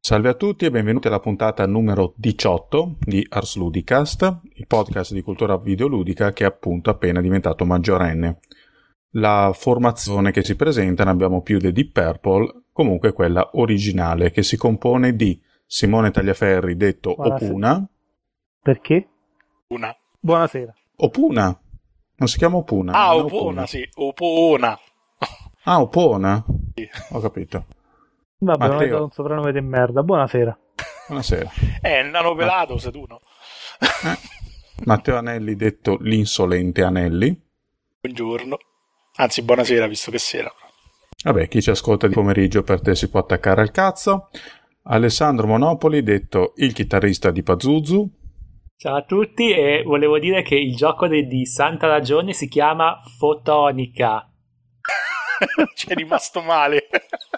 Salve a tutti e benvenuti alla puntata numero 18 di Ars Ludicast, il podcast di cultura videoludica che è appunto appena diventato maggiorenne. La formazione che si presenta, ne abbiamo più di Deep Purple, comunque quella originale, che si compone di Simone Tagliaferri, detto Buonasera. Opuna. Perché? Una. Buonasera. Opuna? Non si chiama Opuna? Ah, non è Opona, sì, Opona. Ah, Opona? Sì. Ho capito. Vabbè, non hai Matteo. dato un soprannome di merda. Buonasera. Buonasera. Il nano pelato, sei tu, no? Matteo Anelli, detto l'insolente Anelli. Buongiorno. Anzi, buonasera, visto che sera. Vabbè, chi ci ascolta di pomeriggio per te si può attaccare al cazzo. Alessandro Monopoli, detto il chitarrista di Pazuzu. Ciao a tutti, e volevo dire che il gioco di Santa Ragione si chiama Fotonica. Ci è rimasto male.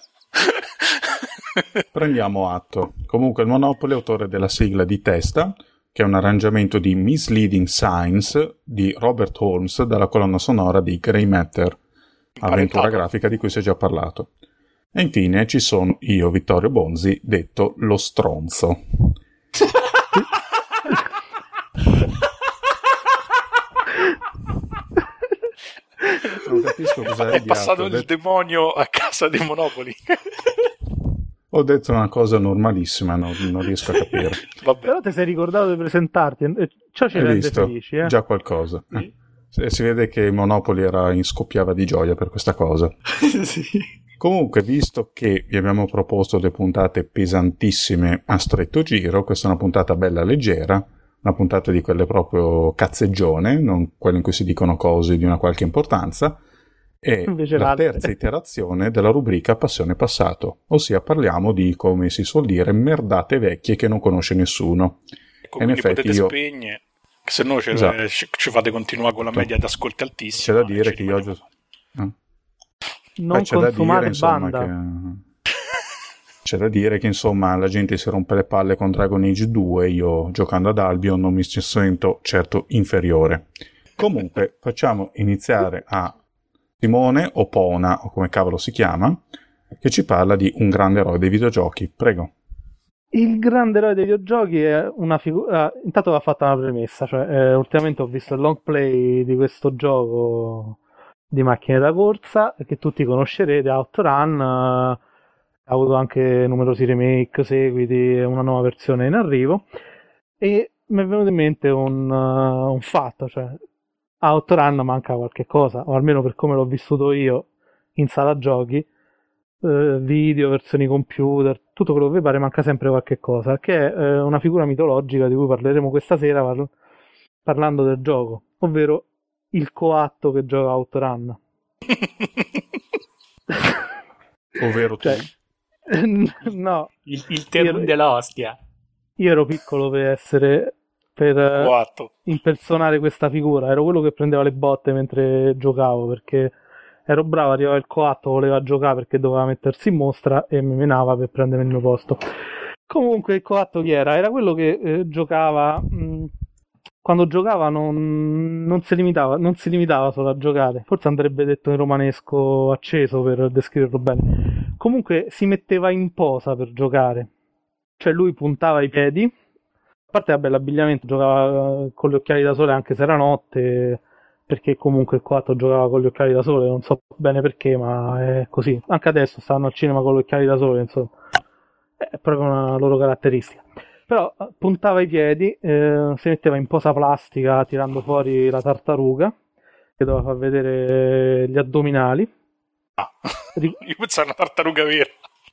Prendiamo atto. Comunque il Monopoli è autore della sigla di Testa, che è un arrangiamento di Misleading Signs di Robert Holmes dalla colonna sonora di Grey Matter, avventura grafica di cui si è già parlato. E infine ci sono io, Vittorio Bonzi, detto lo stronzo. Non capisco cosa è passato il demonio a casa dei Monopoli. Ho detto una cosa normalissima, non riesco a capire. Vabbè. Però ti sei ricordato di presentarti. Ciò ci Hai rende visto? felici, Già qualcosa. Si vede che Monopoli scoppiava di gioia per questa cosa. Sì. Comunque, visto che vi abbiamo proposto delle puntate pesantissime a stretto giro, questa è una puntata bella leggera, una puntata di quelle proprio cazzeggione, non quelle in cui si dicono cose di una qualche importanza, è Invece la l'altra. terza iterazione della rubrica Passione Passato, ossia parliamo di, come si suol dire, merdate vecchie che non conosce nessuno. Ecco, E in quindi effetti potete io... spegne, che se no Esatto. ci fate continuare con la media di ascolti altissima. C'è da dire che io oggi... Non c'è da consumare dire, insomma, banda. c'è da dire che insomma la gente si rompe le palle con Dragon Age 2, io giocando ad Albion non mi sento certo inferiore. Comunque facciamo iniziare a Simone o Pona o come cavolo si chiama, che ci parla di un grande eroe dei videogiochi. Prego. Il grande eroe dei videogiochi è una figura. Intanto va fatta una premessa, cioè ultimamente ho visto il long play di questo gioco di macchine da corsa che tutti conoscerete, OutRun. Ha avuto anche numerosi remake, seguiti, una nuova versione in arrivo, e mi è venuto in mente un fatto, cioè a OutRun manca qualche cosa, o almeno per come l'ho vissuto io in sala giochi, video, versioni computer, tutto quello che vi pare, manca sempre qualche cosa, che è una figura mitologica di cui parleremo questa sera parlando del gioco, ovvero il coatto che gioca OutRun. Ovvero tu. Cioè, no, Il terror dell'ostia. io ero piccolo per impersonare questa figura, ero quello che prendeva le botte mentre giocavo, perché ero bravo, arrivava il coatto, voleva giocare perché doveva mettersi in mostra e mi menava per prendere il mio posto. Comunque il coatto chi era? Era quello che giocava, quando giocava non si limitava solo a giocare, forse andrebbe detto in romanesco acceso per descriverlo bene. Comunque si metteva in posa per giocare, cioè lui puntava i piedi, a parte vabbè, l'abbigliamento, giocava con gli occhiali da sole anche se era notte, perché comunque il 4 giocava con gli occhiali da sole, non so bene perché, ma è così. Anche adesso stanno al cinema con gli occhiali da sole, insomma, è proprio una loro caratteristica. Però puntava i piedi, si metteva in posa plastica tirando fuori la tartaruga, che doveva far vedere gli addominali. Io pensavo a una tartaruga vera.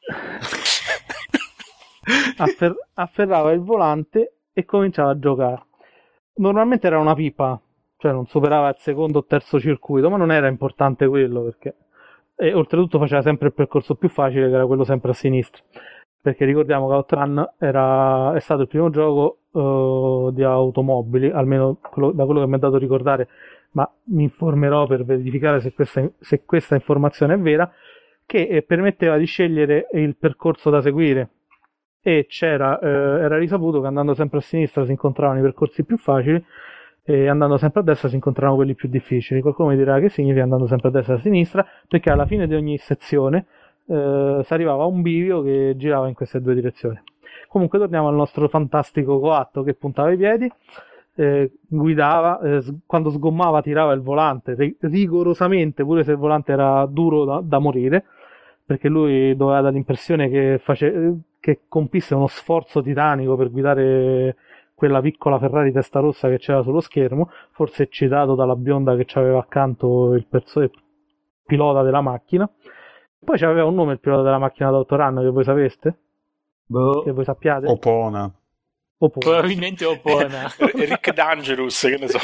Afferrava il volante e cominciava a giocare. Normalmente era una pipa, cioè non superava il secondo o terzo circuito, ma non era importante quello, perché e oltretutto faceva sempre il percorso più facile, che era quello sempre a sinistra, perché ricordiamo che OutRun è stato il primo gioco di automobili, almeno da quello che mi è dato ricordare, ma mi informerò per verificare se questa informazione è vera, che permetteva di scegliere il percorso da seguire, e era risaputo che andando sempre a sinistra si incontravano i percorsi più facili e andando sempre a destra si incontravano quelli più difficili. Qualcuno mi dirà che significa andando sempre a destra e a sinistra, perché alla fine di ogni sezione si arrivava a un bivio che girava in queste due direzioni. Comunque torniamo al nostro fantastico coatto che puntava i piedi, guidava, quando sgommava tirava il volante rigorosamente, pure se il volante era duro da morire, perché lui doveva dare l'impressione che compisse uno sforzo titanico per guidare quella piccola Ferrari testa rossa che c'era sullo schermo, forse eccitato dalla bionda che c'aveva accanto il pilota della macchina. Poi c'aveva un nome il pilota della macchina d'autorun che voi sapeste? Che voi sappiate? Opona. Probabilmente Opona. Rick Dangerous, che ne so.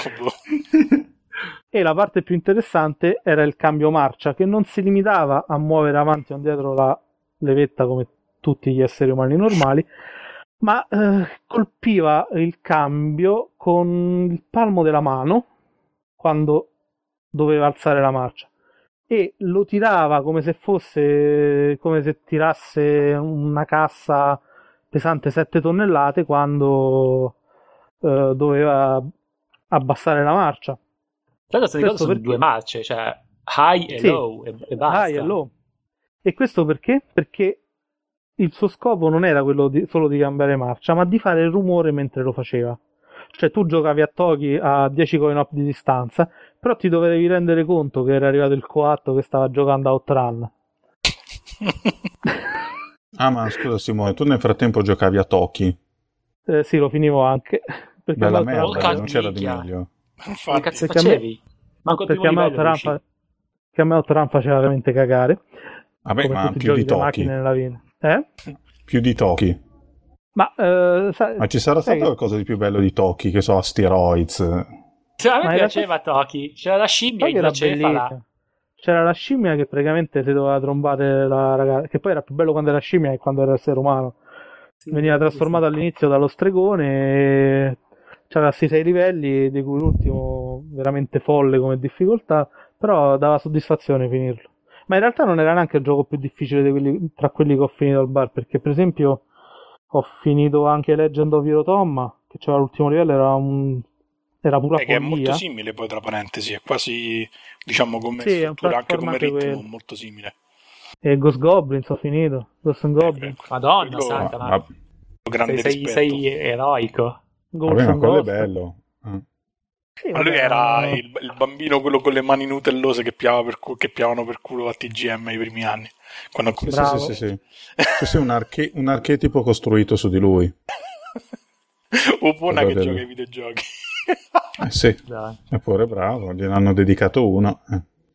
E la parte più interessante era il cambio marcia, che non si limitava a muovere avanti o indietro la levetta come tutti gli esseri umani normali, ma colpiva il cambio con il palmo della mano quando doveva alzare la marcia e lo tirava come se tirasse una cassa pesante 7 tonnellate quando doveva abbassare la marcia. Però se ricordo sono due marce, cioè high e low e basta. High e low. E questo perché? Perché il suo scopo non era quello solo di cambiare marcia, ma di fare il rumore mentre lo faceva. Cioè tu giocavi a Toki a 10 coin op di distanza, però ti dovevi rendere conto che era arrivato il coatto che stava giocando a Outrun. Ma scusa Simone, tu nel frattempo giocavi a Toki? Sì, lo finivo anche. Perché bella merda, non c'era di meglio. Che cazzo facevi? Manco il primo livello che a me Outrun faceva veramente cagare. Vabbè, ma più di Toki. Nella vita. Più di Toki. Ma ci sarà stato qualcosa di più bello di Toki, che so, Asteroids? A me piaceva Toki, c'era la scimmia idrocefala. C'era la scimmia che praticamente si doveva trombare la ragazza, che poi era più bello quando era scimmia che quando era essere umano. Veniva trasformato all'inizio dallo stregone e c'aveva 6 livelli, di cui l'ultimo veramente folle come difficoltà, però dava soddisfazione finirlo. Ma in realtà non era neanche il gioco più difficile tra quelli che ho finito al bar, perché per esempio ho finito anche Legend of Hirotomma, che c'era l'ultimo livello, era pura follia. Che è molto simile poi, tra parentesi, è quasi, diciamo, come struttura, anche come ritmo, molto simile. E Ghost Goblins ho finito, Ghost and Goblins. Madonna santa, ma sei eroico. Vabbè, ma quello è bello. Ma lui era il bambino, quello con le mani nutellose che piavano per culo a TGM ai primi anni. Sì, un archetipo costruito su di lui. Opona che gioca ai videogiochi. Sì, eppure bravo, gliel'hanno dedicato uno.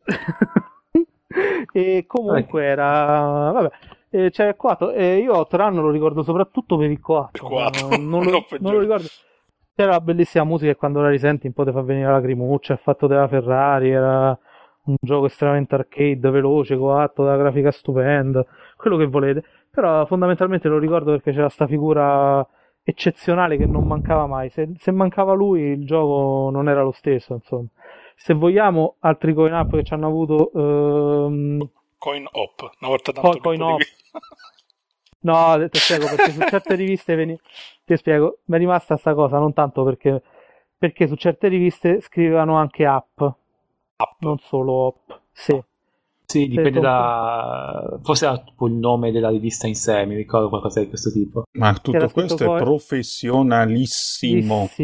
E comunque era... Vabbè, c'è il coatto. Io Outrun lo ricordo soprattutto per il coatto. Non lo ricordo. C'era la bellissima musica e quando la risenti un po' ti fa venire la lacrimuccia, il fatto della Ferrari, era un gioco estremamente arcade, veloce, coatto, da grafica stupenda, quello che volete. Però fondamentalmente lo ricordo perché c'era sta figura eccezionale che non mancava mai. Se mancava lui il gioco non era lo stesso, insomma. Se vogliamo altri coin up che ci hanno avuto... Coin op, una volta tanto coin op. No, ti spiego, perché su certe riviste ti spiego, mi è rimasta sta cosa, non tanto perché su certe riviste scrivevano anche app. Non solo op. Sì, dipende forse era tipo il nome della rivista in sé, mi ricordo qualcosa di questo tipo. Ma tutto questo è professionalissimo.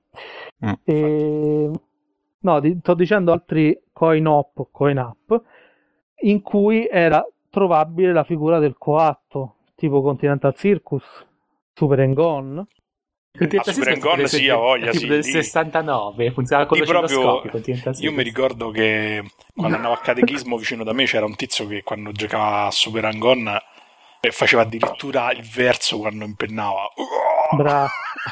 No, sto dicendo altri coin op, coin up, in cui era trovabile la figura del coatto, tipo Continental Circus, Super and Gone. Super and Gone sì, ha voglia, tipo del 69, funzionava con lo scopo. Io mi ricordo che quando andavo a catechismo vicino da me c'era un tizio che quando giocava a Super and Gone faceva addirittura il verso quando impennava. Bravo.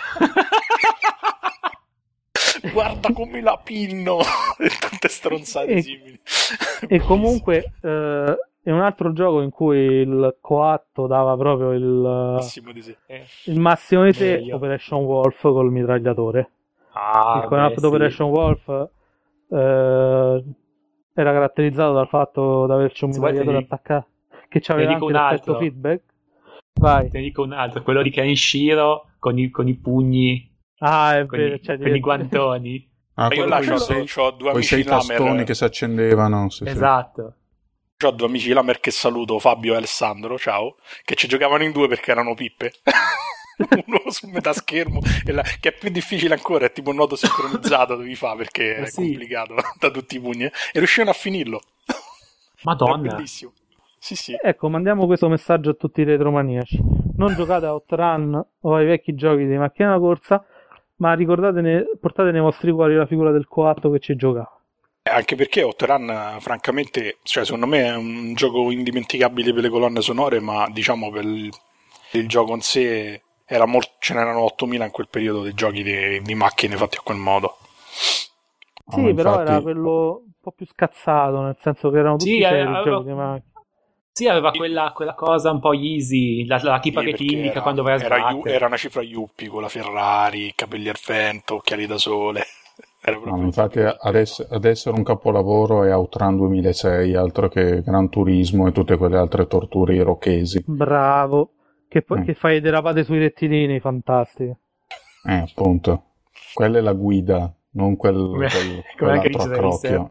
Guarda come la pinno e tutte stronzate simili. E comunque è un altro gioco in cui il coatto dava proprio il massimo di sé, Operation Wolf col mitragliatore. Il coin-up di Operation Wolf era caratterizzato dal fatto di averci un mitragliatore attaccato che c'aveva anche l'effetto feedback. Vai. Te ne dico un altro, quello di Kenshiro con i pugni. È vero, con i guantoni. Io là c'ho 2 amici tastoni che si accendevano. Esatto. Ho due amici di Lamer che saluto, Fabio e Alessandro, ciao, che ci giocavano in due perché erano pippe. Uno su metà schermo, che è più difficile ancora, è tipo un nodo sincronizzato devi fare perché è complicato da tutti i pugni. E riuscivano a finirlo. Madonna. È bellissimo. Sì. Ecco, mandiamo questo messaggio a tutti i retromaniaci. Non giocate a Outrun o ai vecchi giochi di macchina da corsa, ma portate nei vostri cuori la figura del coatto che ci giocava. Anche perché Outrun, francamente, cioè, secondo me è un gioco indimenticabile per le colonne sonore, ma diciamo per il gioco in sé ce n'erano 8000 in quel periodo dei giochi di macchine fatti a quel modo. Sì, però era quello un po' più scazzato, nel senso che erano tutti seri i giochi di macchine. Sì, aveva quella cosa un po' easy, la tipa che ti indica quando vai a sbattere. Era una cifra Yuppie con la Ferrari, capelli al vento, occhiali da sole. Infatti ad essere un capolavoro è Outrun 2006, altro che Gran Turismo e tutte quelle altre torture irochesi. Bravo, che fai derapate sui rettilini, fantastiche. Appunto, quella è la guida, non quell'altro accrocchio.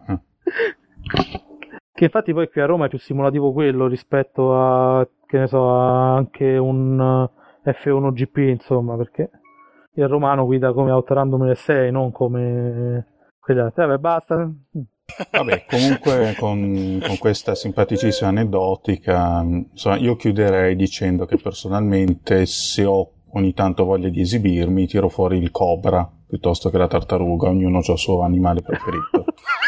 Che infatti poi qui a Roma è più simulativo quello rispetto a, che ne so, a anche un F1 GP, insomma, perché il romano guida come Outrun 2006, non come quegli altri. Vabbè, basta. Vabbè, comunque con questa simpaticissima aneddotica, insomma, io chiuderei dicendo che personalmente se ho ogni tanto voglia di esibirmi, tiro fuori il cobra piuttosto che la tartaruga, ognuno ha il suo animale preferito.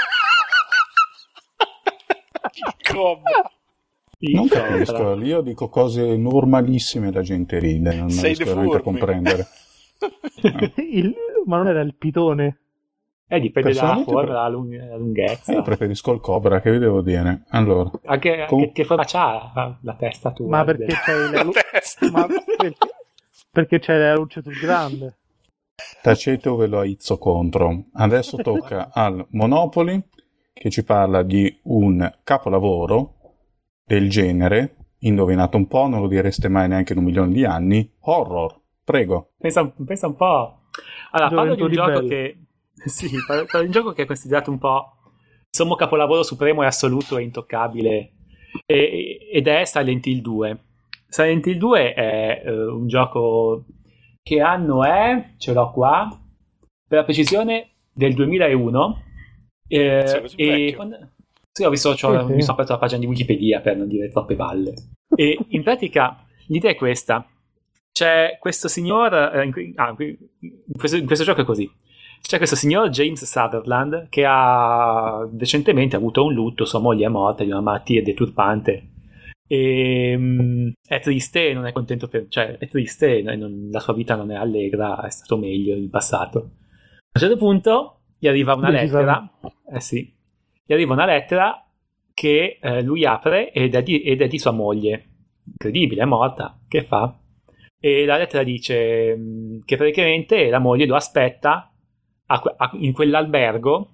Non capisco, io dico cose normalissime e la gente ride, non riesco veramente a comprendere. Ma non era il pitone? Dipende dalla forma, dalla lunghezza. Io preferisco il cobra, che vi devo dire. Allora, anche che forma c'ha la testa tua? Ma perché c'hai la testa? Ma perché c'hai la luce sul grande? Taceto ve lo aizzo contro. Adesso tocca al Monopoly, che ci parla di un capolavoro del genere, indovinato un po', non lo direste mai neanche in 1 milione di anni, horror. Prego. Pensa un po'. Allora, parlo di un gioco che parlo di un gioco che è considerato un po' insomma capolavoro supremo e assoluto e intoccabile, ed è Silent Hill 2. Silent Hill 2 è un gioco che anno è, ce l'ho qua, per la precisione del 2001. Sì, ho visto, mi sono aperto la pagina di Wikipedia per non dire troppe balle. E in pratica l'idea è questa: c'è questo signor in questo gioco è così, c'è questo signor James Sutherland che ha recentemente avuto un lutto, sua moglie è morta di una malattia deturpante e è triste, non è contento è triste, la sua vita non è allegra, è stato meglio in passato. A un certo punto gli arriva una lettera, gli arriva una lettera che lui apre ed è di sua moglie. Incredibile, è morta, che fa? E la lettera dice che praticamente la moglie lo aspetta in quell'albergo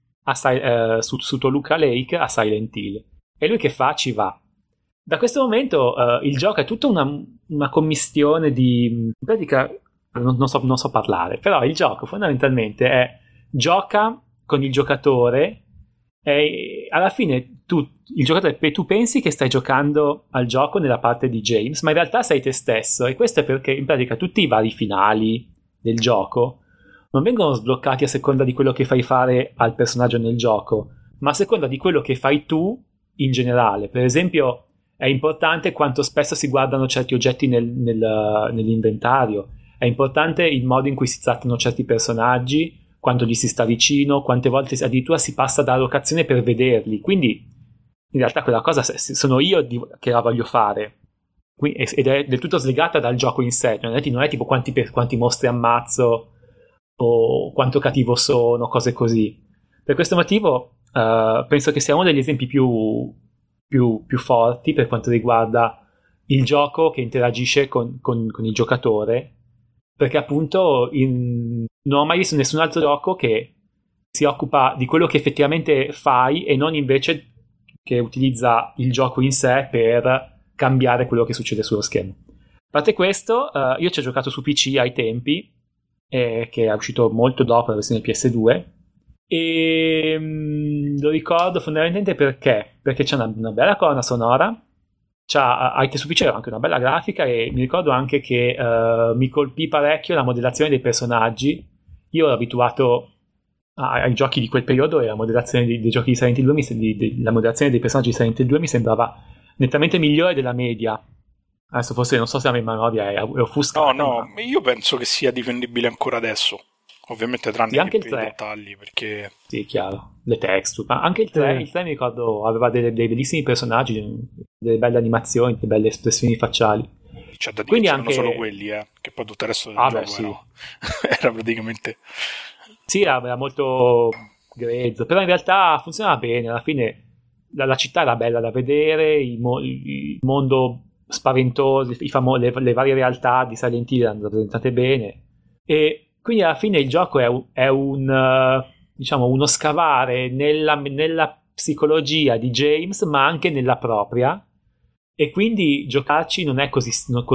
su Toluca Lake a Silent Hill. E lui che fa? Ci va. Da questo momento il gioco è tutta una commistione di... In pratica non so parlare, però il gioco fondamentalmente è gioca con il giocatore e alla fine tu pensi che stai giocando al gioco nella parte di James, ma in realtà sei te stesso, e questo è perché in pratica tutti i vari finali del gioco non vengono sbloccati a seconda di quello che fai fare al personaggio nel gioco, ma a seconda di quello che fai tu in generale. Per esempio è importante quanto spesso si guardano certi oggetti nell'inventario, è importante il modo in cui si trattano certi personaggi, quanto gli si sta vicino, quante volte addirittura si passa da locazione per vederli. Quindi in realtà quella cosa sono io che la voglio fare, ed è del tutto slegata dal gioco in sé, non è tipo quanti mostri ammazzo o quanto cattivo sono, cose così. Per questo motivo penso che sia uno degli esempi più forti per quanto riguarda il gioco che interagisce con il giocatore, perché appunto non ho mai visto nessun altro gioco che si occupa di quello che effettivamente fai e non invece che utilizza il gioco in sé per cambiare quello che succede sullo schermo. A parte questo, io ci ho giocato su PC ai tempi, che è uscito molto dopo la versione PS2, E lo ricordo fondamentalmente perché c'è una bella colonna sonora, anche su PC c'era anche una bella grafica, e mi ricordo anche che mi colpì parecchio la modellazione dei personaggi. Io ero abituato ai giochi di quel periodo, e la modellazione dei giochi di Silent Hill 2 la modellazione dei personaggi di Silent Hill 2 mi sembrava nettamente migliore della media. Adesso forse non so se la memoria è offuscata. No, io penso che sia difendibile ancora adesso. Ovviamente tranne anche i dettagli, perché... Sì, chiaro, le texture. Ma anche il 3 mi ricordo aveva dei bellissimi personaggi, delle belle animazioni, delle belle espressioni facciali. C'è da dire che c'erano solo quelli, che poi tutto il resto del gioco sì. era praticamente... Sì, era molto grezzo, però in realtà funzionava bene. Alla fine la città era bella da vedere, il mondo spaventoso, le varie realtà di Silent Hill erano rappresentate bene, e quindi alla fine il gioco è uno scavare nella psicologia di James, ma anche nella propria, e quindi giocarci non è così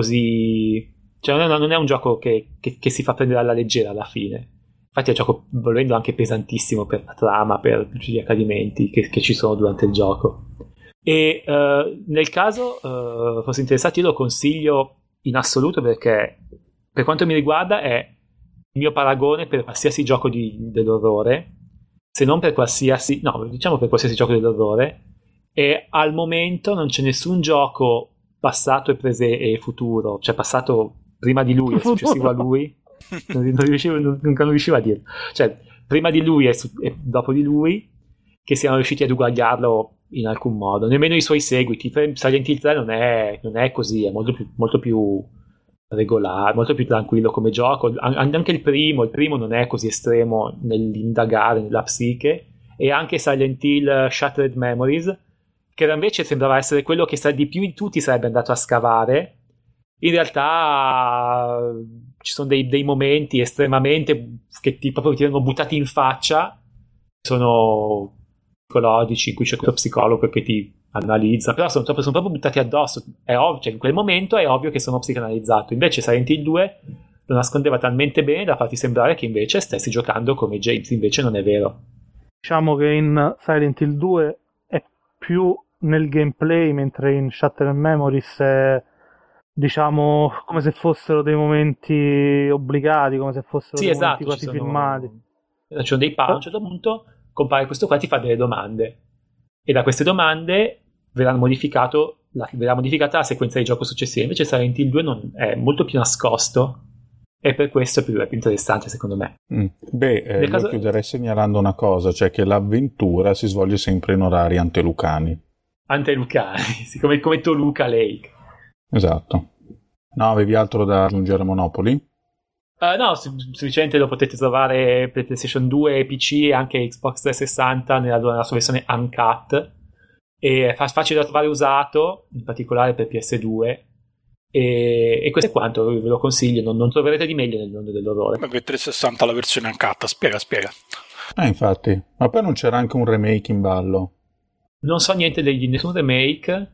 cioè non è un gioco che si fa prendere alla leggera alla fine. Infatti è un gioco, volendo, anche pesantissimo per la trama, per gli accadimenti che ci sono durante il gioco. E nel caso fosse interessati, io lo consiglio in assoluto, perché per quanto mi riguarda è il mio paragone per qualsiasi gioco dell'orrore, se non per qualsiasi gioco dell'orrore, e al momento non c'è nessun gioco passato e futuro, cioè passato prima di lui e successivo a lui, non riuscivo a dirlo, cioè prima di lui e dopo di lui, che siano riusciti ad uguagliarlo in alcun modo, nemmeno i suoi seguiti. Silent Hill 3 non è così, è molto più regolare, molto più tranquillo come gioco. Anche il primo non è così estremo nell'indagare nella psiche, e anche Silent Hill Shattered Memories, che invece sembrava essere quello che di più in tutti sarebbe andato a scavare, in realtà ci sono dei momenti estremamente che proprio ti vengono buttati in faccia, sono psicologici, in cui c'è questo psicologo che ti analizza, però sono proprio buttati addosso. È ovvio, cioè in quel momento è ovvio che sono psicanalizzato. Invece Silent Hill 2 lo nascondeva talmente bene da farti sembrare che invece stessi giocando come James. Invece non è vero. Diciamo che in Silent Hill 2 è più nel gameplay, mentre in Shattered Memories è, diciamo, come se fossero dei momenti obbligati, come se fossero dei momenti quasi filmati. Ci sono dei a un certo punto compare questo qua e ti fa delle domande, e da queste domande verrà modificata la sequenza di gioco successiva. Invece Silent Hill 2 è molto più nascosto, e per questo è più interessante, secondo me. Io chiuderei segnalando una cosa, cioè che l'avventura si svolge sempre in orari antelucani, sì, come Toluca Lake. Esatto. No, avevi altro da aggiungere, Monopoli? No, semplicemente lo potete trovare per PlayStation 2, PC e anche Xbox 360 nella sua versione Uncut, e è facile da trovare usato, in particolare per PS2, e questo è quanto, ve lo consiglio. Non troverete di meglio nel mondo dell'orrore. Ma per 360 la versione Uncut, spiega. Infatti, ma poi non c'era anche un remake in ballo? Non so niente di nessun remake,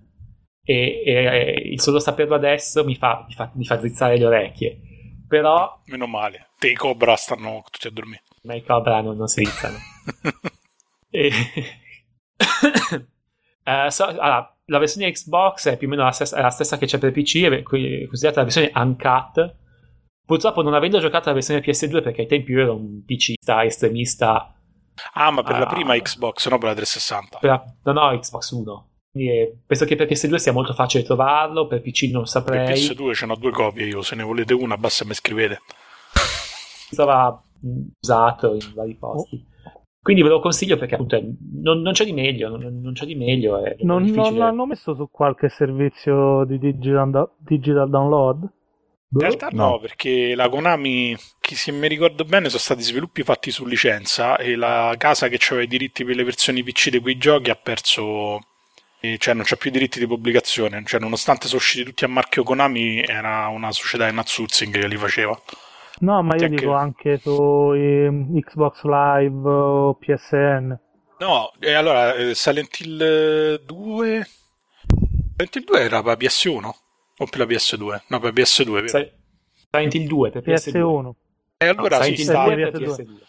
e il solo saperlo adesso mi fa drizzare le orecchie. Però meno male, te i Cobra stanno tutti a dormire. Ma i Cobra non si rizzano. Allora, la versione Xbox è più o meno la stessa che c'è per PC, è considerata la versione Uncut. Purtroppo, non avendo giocato la versione PS2, perché ai tempi io ero un PCista estremista. Ma per la prima Xbox, no, per la 360? No, Xbox 1. Penso che per PS2 sia molto facile trovarlo, per PC non saprei. Per PS2 ce n'ho 2 copie io, se ne volete una basta mi scrivete. Si trova usato in vari posti, quindi ve lo consiglio, perché appunto non c'è di meglio, non c'è di meglio. Non hanno messo su qualche servizio di digital download? In realtà no, perché la Konami, che se mi ricordo bene, sono stati sviluppi fatti su licenza, e la casa che aveva i diritti per le versioni PC di quei giochi ha perso, cioè non c'ha più diritti di pubblicazione, cioè nonostante sono usciti tutti a marchio Konami, era una società in outsourcing che li faceva. No, ma io dico anche su Xbox Live o PSN. No, e allora Silent Hill 2 era per PS1 o per la PS2? No, per PS2, vero? Silent Hill 2 per PS1. E allora Silent Hill 2 per PS2.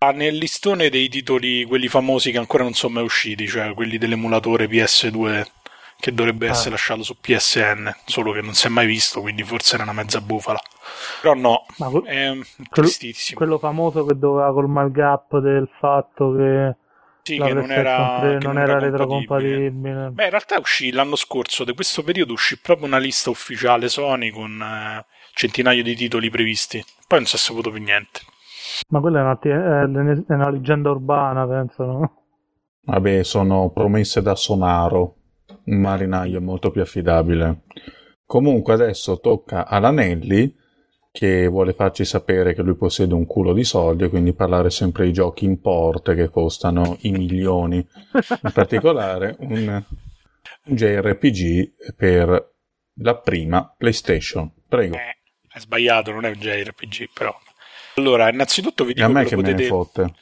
nel listone dei titoli, quelli famosi che ancora non sono mai usciti, cioè quelli dell'emulatore PS2 che dovrebbe essere lasciato su PSN, solo che non si è mai visto, quindi forse era una mezza bufala. Però no, è tristissimo. Quello famoso che doveva colmare il gap del fatto che sì, la che non era retrocompatibile. Beh, in realtà uscì l'anno scorso, di questo periodo uscì proprio una lista ufficiale Sony con centinaia di titoli previsti. Poi non si è saputo più niente. Ma quella è una leggenda urbana, penso, no? Vabbè, sono promesse da Sonaro, un marinaio molto più affidabile. Comunque adesso tocca all'Anelli, che vuole farci sapere che lui possiede un culo di soldi e quindi parlare sempre di giochi in porte che costano i milioni, in particolare un JRPG per la prima PlayStation. Prego. È sbagliato, non è un JRPG, però. Allora, innanzitutto vi dico a me che me ne fotte.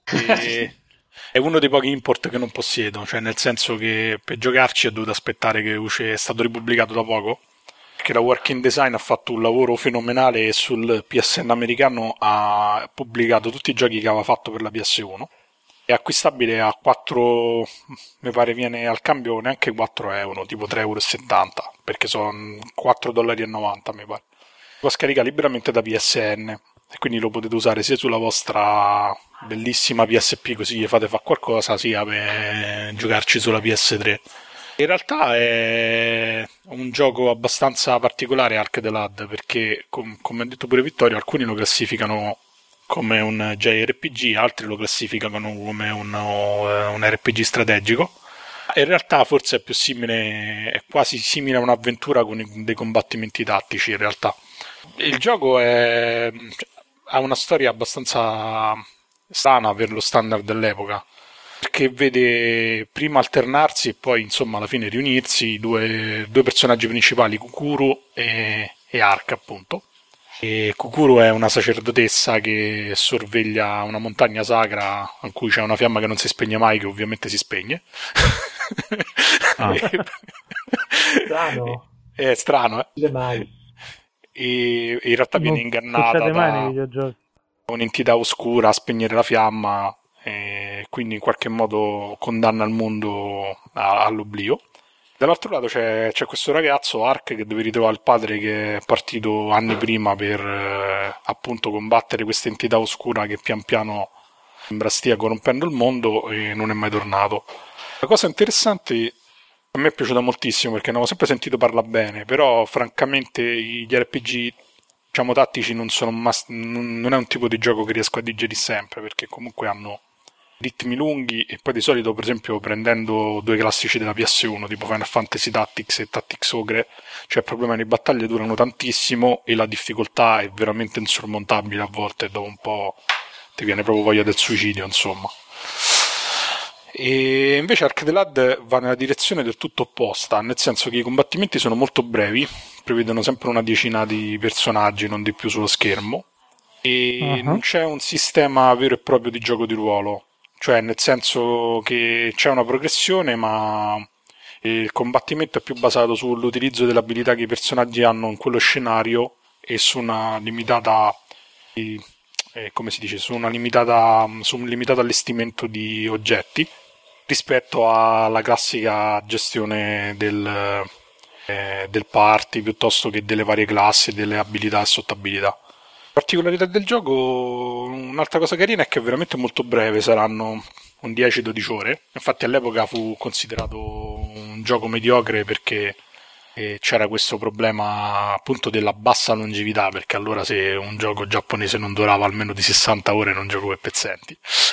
È uno dei pochi import che non possiedo, cioè nel senso che per giocarci ho dovuto aspettare che è stato ripubblicato da poco, perché la Working Design ha fatto un lavoro fenomenale e sul PSN americano ha pubblicato tutti i giochi che aveva fatto per la PS1. È acquistabile a 4, mi pare viene al cambio neanche 4 euro, tipo 3,70 euro, perché sono $4,90 mi pare. Lo scaricare liberamente da PSN e quindi lo potete usare sia sulla vostra bellissima PSP, così gli fate fare qualcosa, sia per giocarci sulla PS3. In realtà è un gioco abbastanza particolare Ark the Lad, perché come ha detto pure Vittorio, alcuni lo classificano come un JRPG, altri lo classificano come un RPG strategico. In realtà forse è quasi simile a un'avventura con dei combattimenti tattici in realtà. Il gioco ha una storia abbastanza strana per lo standard dell'epoca, perché vede prima alternarsi e poi insomma alla fine riunirsi due personaggi principali, Kukuru e Ark appunto. E Kukuru è una sacerdotessa che sorveglia una montagna sacra in cui c'è una fiamma che non si spegne mai, che ovviamente si spegne. Strano. È strano, Mai. E in realtà viene ingannata da un'entità oscura a spegnere la fiamma e quindi in qualche modo condanna il mondo all'oblio. Dall'altro lato c'è questo ragazzo, Ark, che deve ritrovare il padre che è partito anni prima per appunto combattere questa entità oscura che pian piano sembra stia corrompendo il mondo e non è mai tornato. La cosa interessante, a me è piaciuta moltissimo perché ne avevo sempre sentito parlare bene, però francamente gli RPG diciamo tattici non è un tipo di gioco che riesco a digerire sempre, perché comunque hanno ritmi lunghi e poi di solito, per esempio, prendendo due classici della PS1 tipo Final Fantasy Tactics e Tactics Ogre, cioè il problema è che le battaglie durano tantissimo e la difficoltà è veramente insormontabile a volte, e dopo un po' ti viene proprio voglia del suicidio, insomma. E invece Ark the Lad va nella direzione del tutto opposta, nel senso che i combattimenti sono molto brevi, prevedono sempre una decina di personaggi, non di più sullo schermo, e non c'è un sistema vero e proprio di gioco di ruolo, cioè nel senso che c'è una progressione, ma il combattimento è più basato sull'utilizzo delle abilità che i personaggi hanno in quello scenario e su una limitata su un limitato allestimento di oggetti rispetto alla classica gestione del party piuttosto che delle varie classi, delle abilità e sottabilità. Particolarità del gioco, un'altra cosa carina è che è veramente molto breve, saranno un 10-12 ore. Infatti all'epoca fu considerato un gioco mediocre perché c'era questo problema appunto della bassa longevità, perché allora se un gioco giapponese non durava almeno di 60 ore non gioco per pezzenti.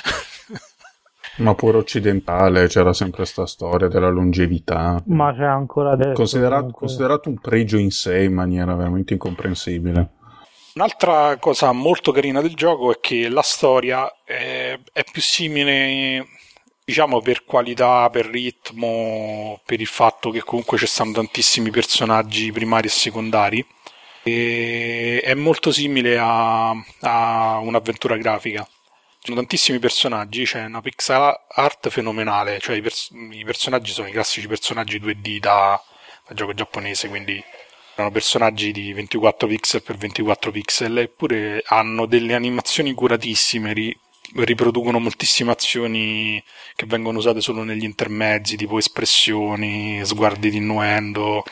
Ma pure occidentale c'era sempre questa storia della longevità. Ma c'è ancora adesso. Considerato un pregio in sé in maniera veramente incomprensibile. Un'altra cosa molto carina del gioco è che la storia è più simile, diciamo, per qualità, per ritmo, per il fatto che comunque ci stanno tantissimi personaggi primari e secondari, e è molto simile a un'avventura grafica. Ci sono tantissimi personaggi, c'è una pixel art fenomenale, cioè i personaggi sono i classici personaggi 2D da gioco giapponese, quindi sono personaggi di 24 pixel per 24 pixel, eppure hanno delle animazioni curatissime, riproducono moltissime azioni che vengono usate solo negli intermezzi, tipo espressioni, sguardi di innuendo.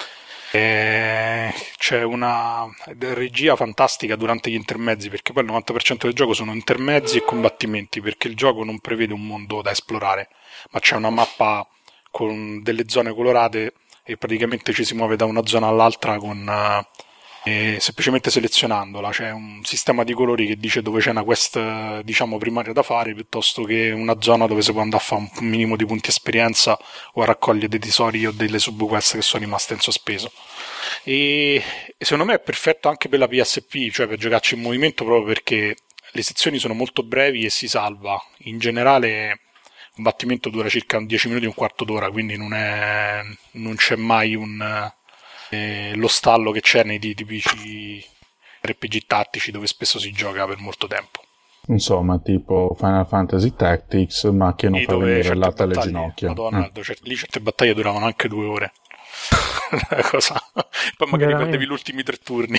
C'è una regia fantastica durante gli intermezzi, perché poi il 90% del gioco sono intermezzi e combattimenti, perché il gioco non prevede un mondo da esplorare, ma c'è una mappa con delle zone colorate e praticamente ci si muove da una zona all'altra con semplicemente selezionandola. C'è un sistema di colori che dice dove c'è una quest, diciamo, primaria da fare, piuttosto che una zona dove si può andare a fare un minimo di punti esperienza o a raccogliere dei tesori o delle subquest che sono rimaste in sospeso. E secondo me è perfetto anche per la PSP, cioè per giocarci in movimento, proprio perché le sezioni sono molto brevi e si salva. In generale il combattimento dura circa 10 minuti, un quarto d'ora, quindi non c'è mai lo stallo che c'è nei tipici RPG tattici dove spesso si gioca per molto tempo. Insomma, tipo Final Fantasy Tactics, ma che non fa venire il latte alle ginocchia. Madonna, lì certe battaglie duravano anche 2 ore. Una cosa. Poi magari perdevi gli ultimi 3 turni.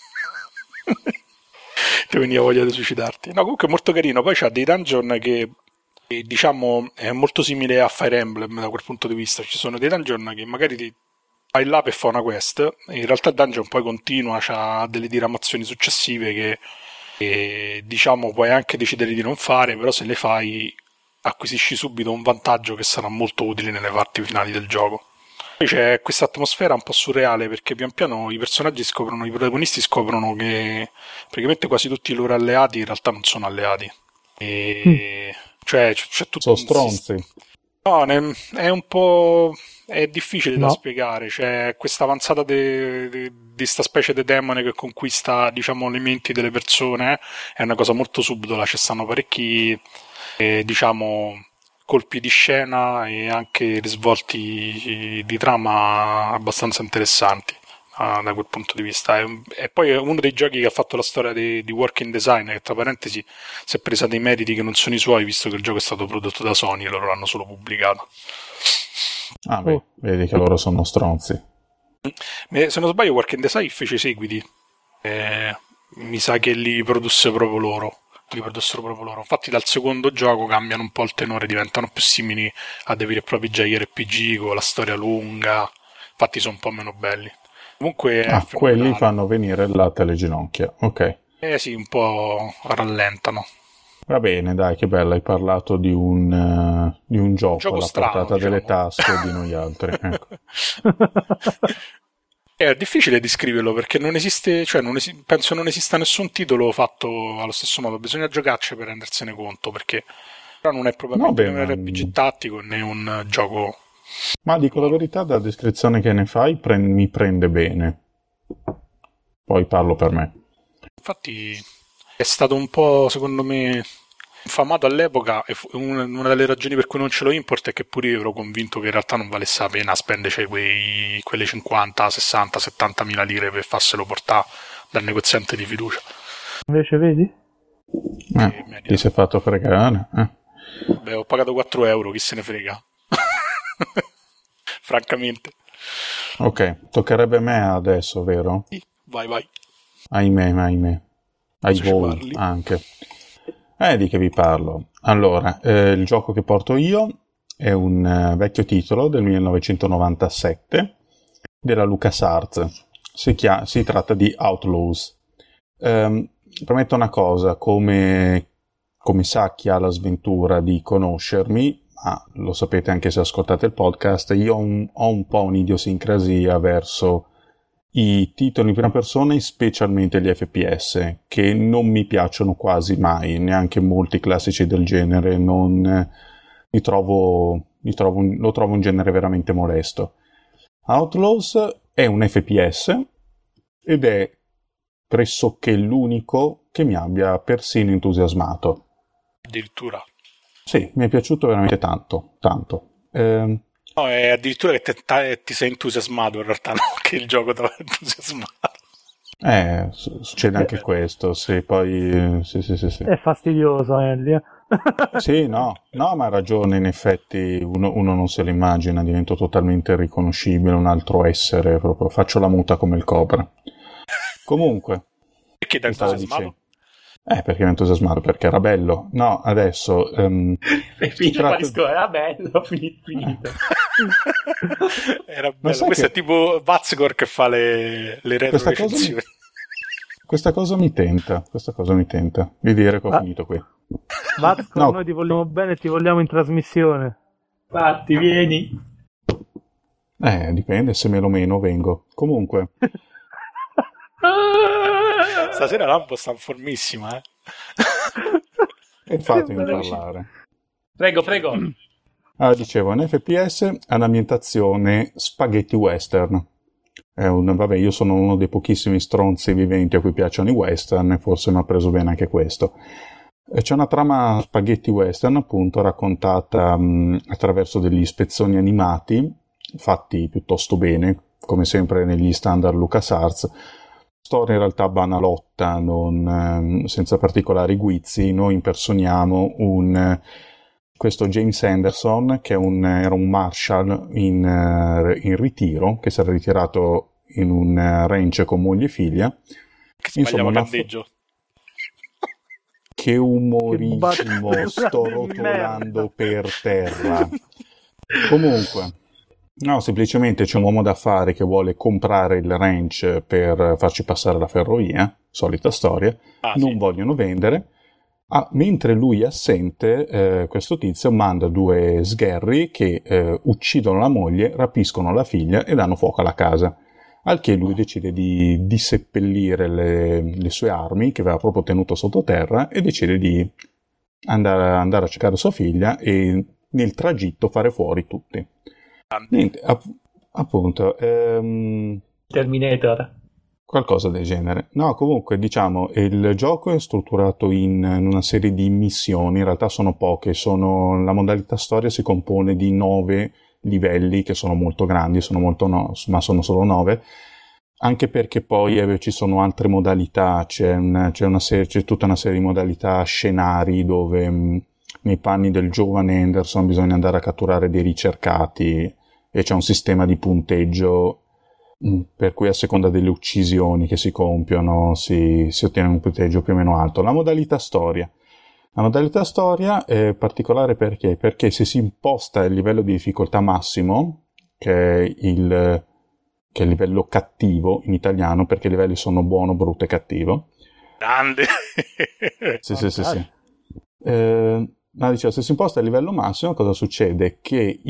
Ti veniva voglia di suicidarti. No, comunque è molto carino. Poi c'ha dei dungeon che diciamo è molto simile a Fire Emblem da quel punto di vista. Ci sono dei dungeon che magari ti vai là per fare una quest, in realtà il dungeon poi continua, c'ha delle diramazioni successive che diciamo puoi anche decidere di non fare, però se le fai acquisisci subito un vantaggio che sarà molto utile nelle parti finali del gioco. Poi c'è questa atmosfera un po' surreale, perché pian piano i protagonisti scoprono che praticamente quasi tutti i loro alleati in realtà non sono alleati. Cioè c'è tutto sono stronzi. No, è un po'. È difficile da spiegare. C'è questa avanzata di sta specie di demone che conquista, diciamo, le menti delle persone. È una cosa molto subdola. Ci stanno parecchi, diciamo, colpi di scena e anche risvolti di trama abbastanza interessanti da quel punto di vista. E poi è uno dei giochi che ha fatto la storia di working design, che tra parentesi si è presa dei meriti che non sono i suoi, visto che il gioco è stato prodotto da Sony e loro l'hanno solo pubblicato. Ah beh, vedi che loro sono stronzi. Se non sbaglio working design fece i seguiti, mi sa che li produssero proprio loro. Infatti dal secondo gioco cambiano un po' il tenore, diventano più simili a dei veri e propri JRPG con la storia lunga, infatti sono un po' meno belli. Comunque quelli fanno venire il latte alle ginocchia, ok. Sì, un po' rallentano. Va bene, dai, che bello, hai parlato di un gioco alla strano, portata diciamo, delle tasche di noi altri. Ecco. È difficile descriverlo perché non esiste, cioè penso non esista nessun titolo fatto allo stesso modo, bisogna giocarci per rendersene conto, perché però non è probabilmente un RPG tattico né un gioco. Ma dico la verità, dalla descrizione che ne fai mi prende bene. Poi parlo per me. Infatti è stato un po', secondo me, infamato all'epoca, e una delle ragioni per cui non ce l'ho import è che pure io ero convinto che in realtà non valesse la pena spendere quelle 50, 60, 70 mila lire per farselo portare dal negoziante di fiducia. Invece vedi? Ti sei fatto fregare? Beh, ho pagato 4 euro, chi se ne frega. Francamente. Ok, toccherebbe a me adesso, vero? Sì, vai. Ahimè. Ai voi anche. Di che vi parlo? Allora, il gioco che porto io è un vecchio titolo del 1997 della LucasArts. Si tratta di Outlaws. Prometto una cosa, come sa chi ha la sventura di conoscermi, ma lo sapete anche se ascoltate il podcast, io ho un po' un'idiosincrasia verso i titoli in prima persona e specialmente gli FPS, che non mi piacciono quasi mai, neanche molti classici del genere, lo trovo un genere veramente molesto. Outlaws è un FPS ed è pressoché l'unico che mi abbia persino entusiasmato. Addirittura? Sì, mi è piaciuto veramente tanto. No, è addirittura che ti sei entusiasmato, in realtà no, che il gioco ti aveva entusiasmato. Succede anche questo, sì, poi sì. È fastidioso, Ellie. Sì, no, ma ha ragione, in effetti uno non se lo immagina, divento totalmente riconoscibile, un altro essere, proprio faccio la muta come il cobra. Comunque. Perché ti ha entusiasmato? Perché mi entusiasmato? Perché era bello. No, adesso... era bello, finito. Era bello. Questo è tipo Vazgor che fa le retro recensioni. Questa cosa mi tenta di dire che ho finito qui. Vazgor, noi ti vogliamo bene e ti vogliamo in trasmissione. Infatti, vieni. Dipende, se me lo meno vengo. Comunque... Stasera Lampo sta in formissima, E fatemi parlare. Prego. Dicevo, in FPS ha un'ambientazione spaghetti western. Io sono uno dei pochissimi stronzi viventi a cui piacciono i western, e forse mi ha preso bene anche questo. C'è una trama spaghetti western, appunto, raccontata attraverso degli spezzoni animati, fatti piuttosto bene, come sempre negli standard LucasArts. Storia in realtà banalotta, senza particolari guizzi. Noi impersoniamo questo James Anderson, che era un marshal in ritiro, che si era ritirato in un ranch con moglie e figlia. Che sbagliava candeggio. Che umorismo, sto rotolando per terra. Comunque... No, semplicemente c'è un uomo d'affari che vuole comprare il ranch per farci passare la ferrovia, solita storia, non vogliono vendere, mentre lui è assente, questo tizio manda 2 sgherri che uccidono la moglie, rapiscono la figlia e danno fuoco alla casa, al che lui decide di disseppellire le sue armi, che aveva proprio tenuto sottoterra, e decide di andare a cercare sua figlia e nel tragitto fare fuori tutti. Niente, appunto Terminator, qualcosa del genere. No, comunque diciamo il gioco è strutturato in una serie di missioni, in realtà sono poche, la modalità storia si compone di 9 livelli che sono molto grandi, ma sono solo 9, anche perché poi ci sono altre modalità, c'è tutta una serie di modalità scenari dove nei panni del giovane Anderson bisogna andare a catturare dei ricercati, e c'è un sistema di punteggio per cui a seconda delle uccisioni che si compiono si ottiene un punteggio più o meno alto. La modalità storia è particolare perché se si imposta il livello di difficoltà massimo, che è il livello cattivo in italiano, perché i livelli sono buono, brutto e cattivo. Grande! Sì. Dicevo, se si imposta il livello massimo, cosa succede? Che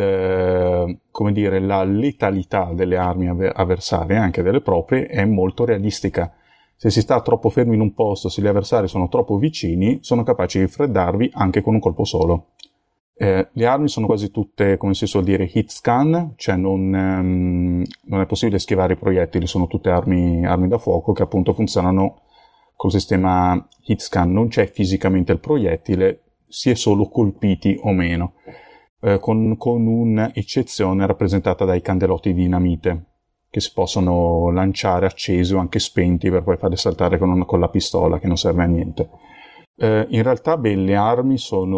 la letalità delle armi avversarie, anche delle proprie, è molto realistica. Se si sta troppo fermi in un posto, se gli avversari sono troppo vicini, sono capaci di freddarvi anche con un colpo solo. Le armi sono quasi tutte, come si suol dire, hit scan, cioè non è possibile schivare i proiettili, sono tutte armi da fuoco che appunto funzionano col sistema hit scan. Non c'è fisicamente il proiettile, si è solo colpiti o meno, con un'eccezione rappresentata dai candelotti di dinamite, che si possono lanciare accesi o anche spenti per poi farli saltare con la pistola, che non serve a niente. In realtà le armi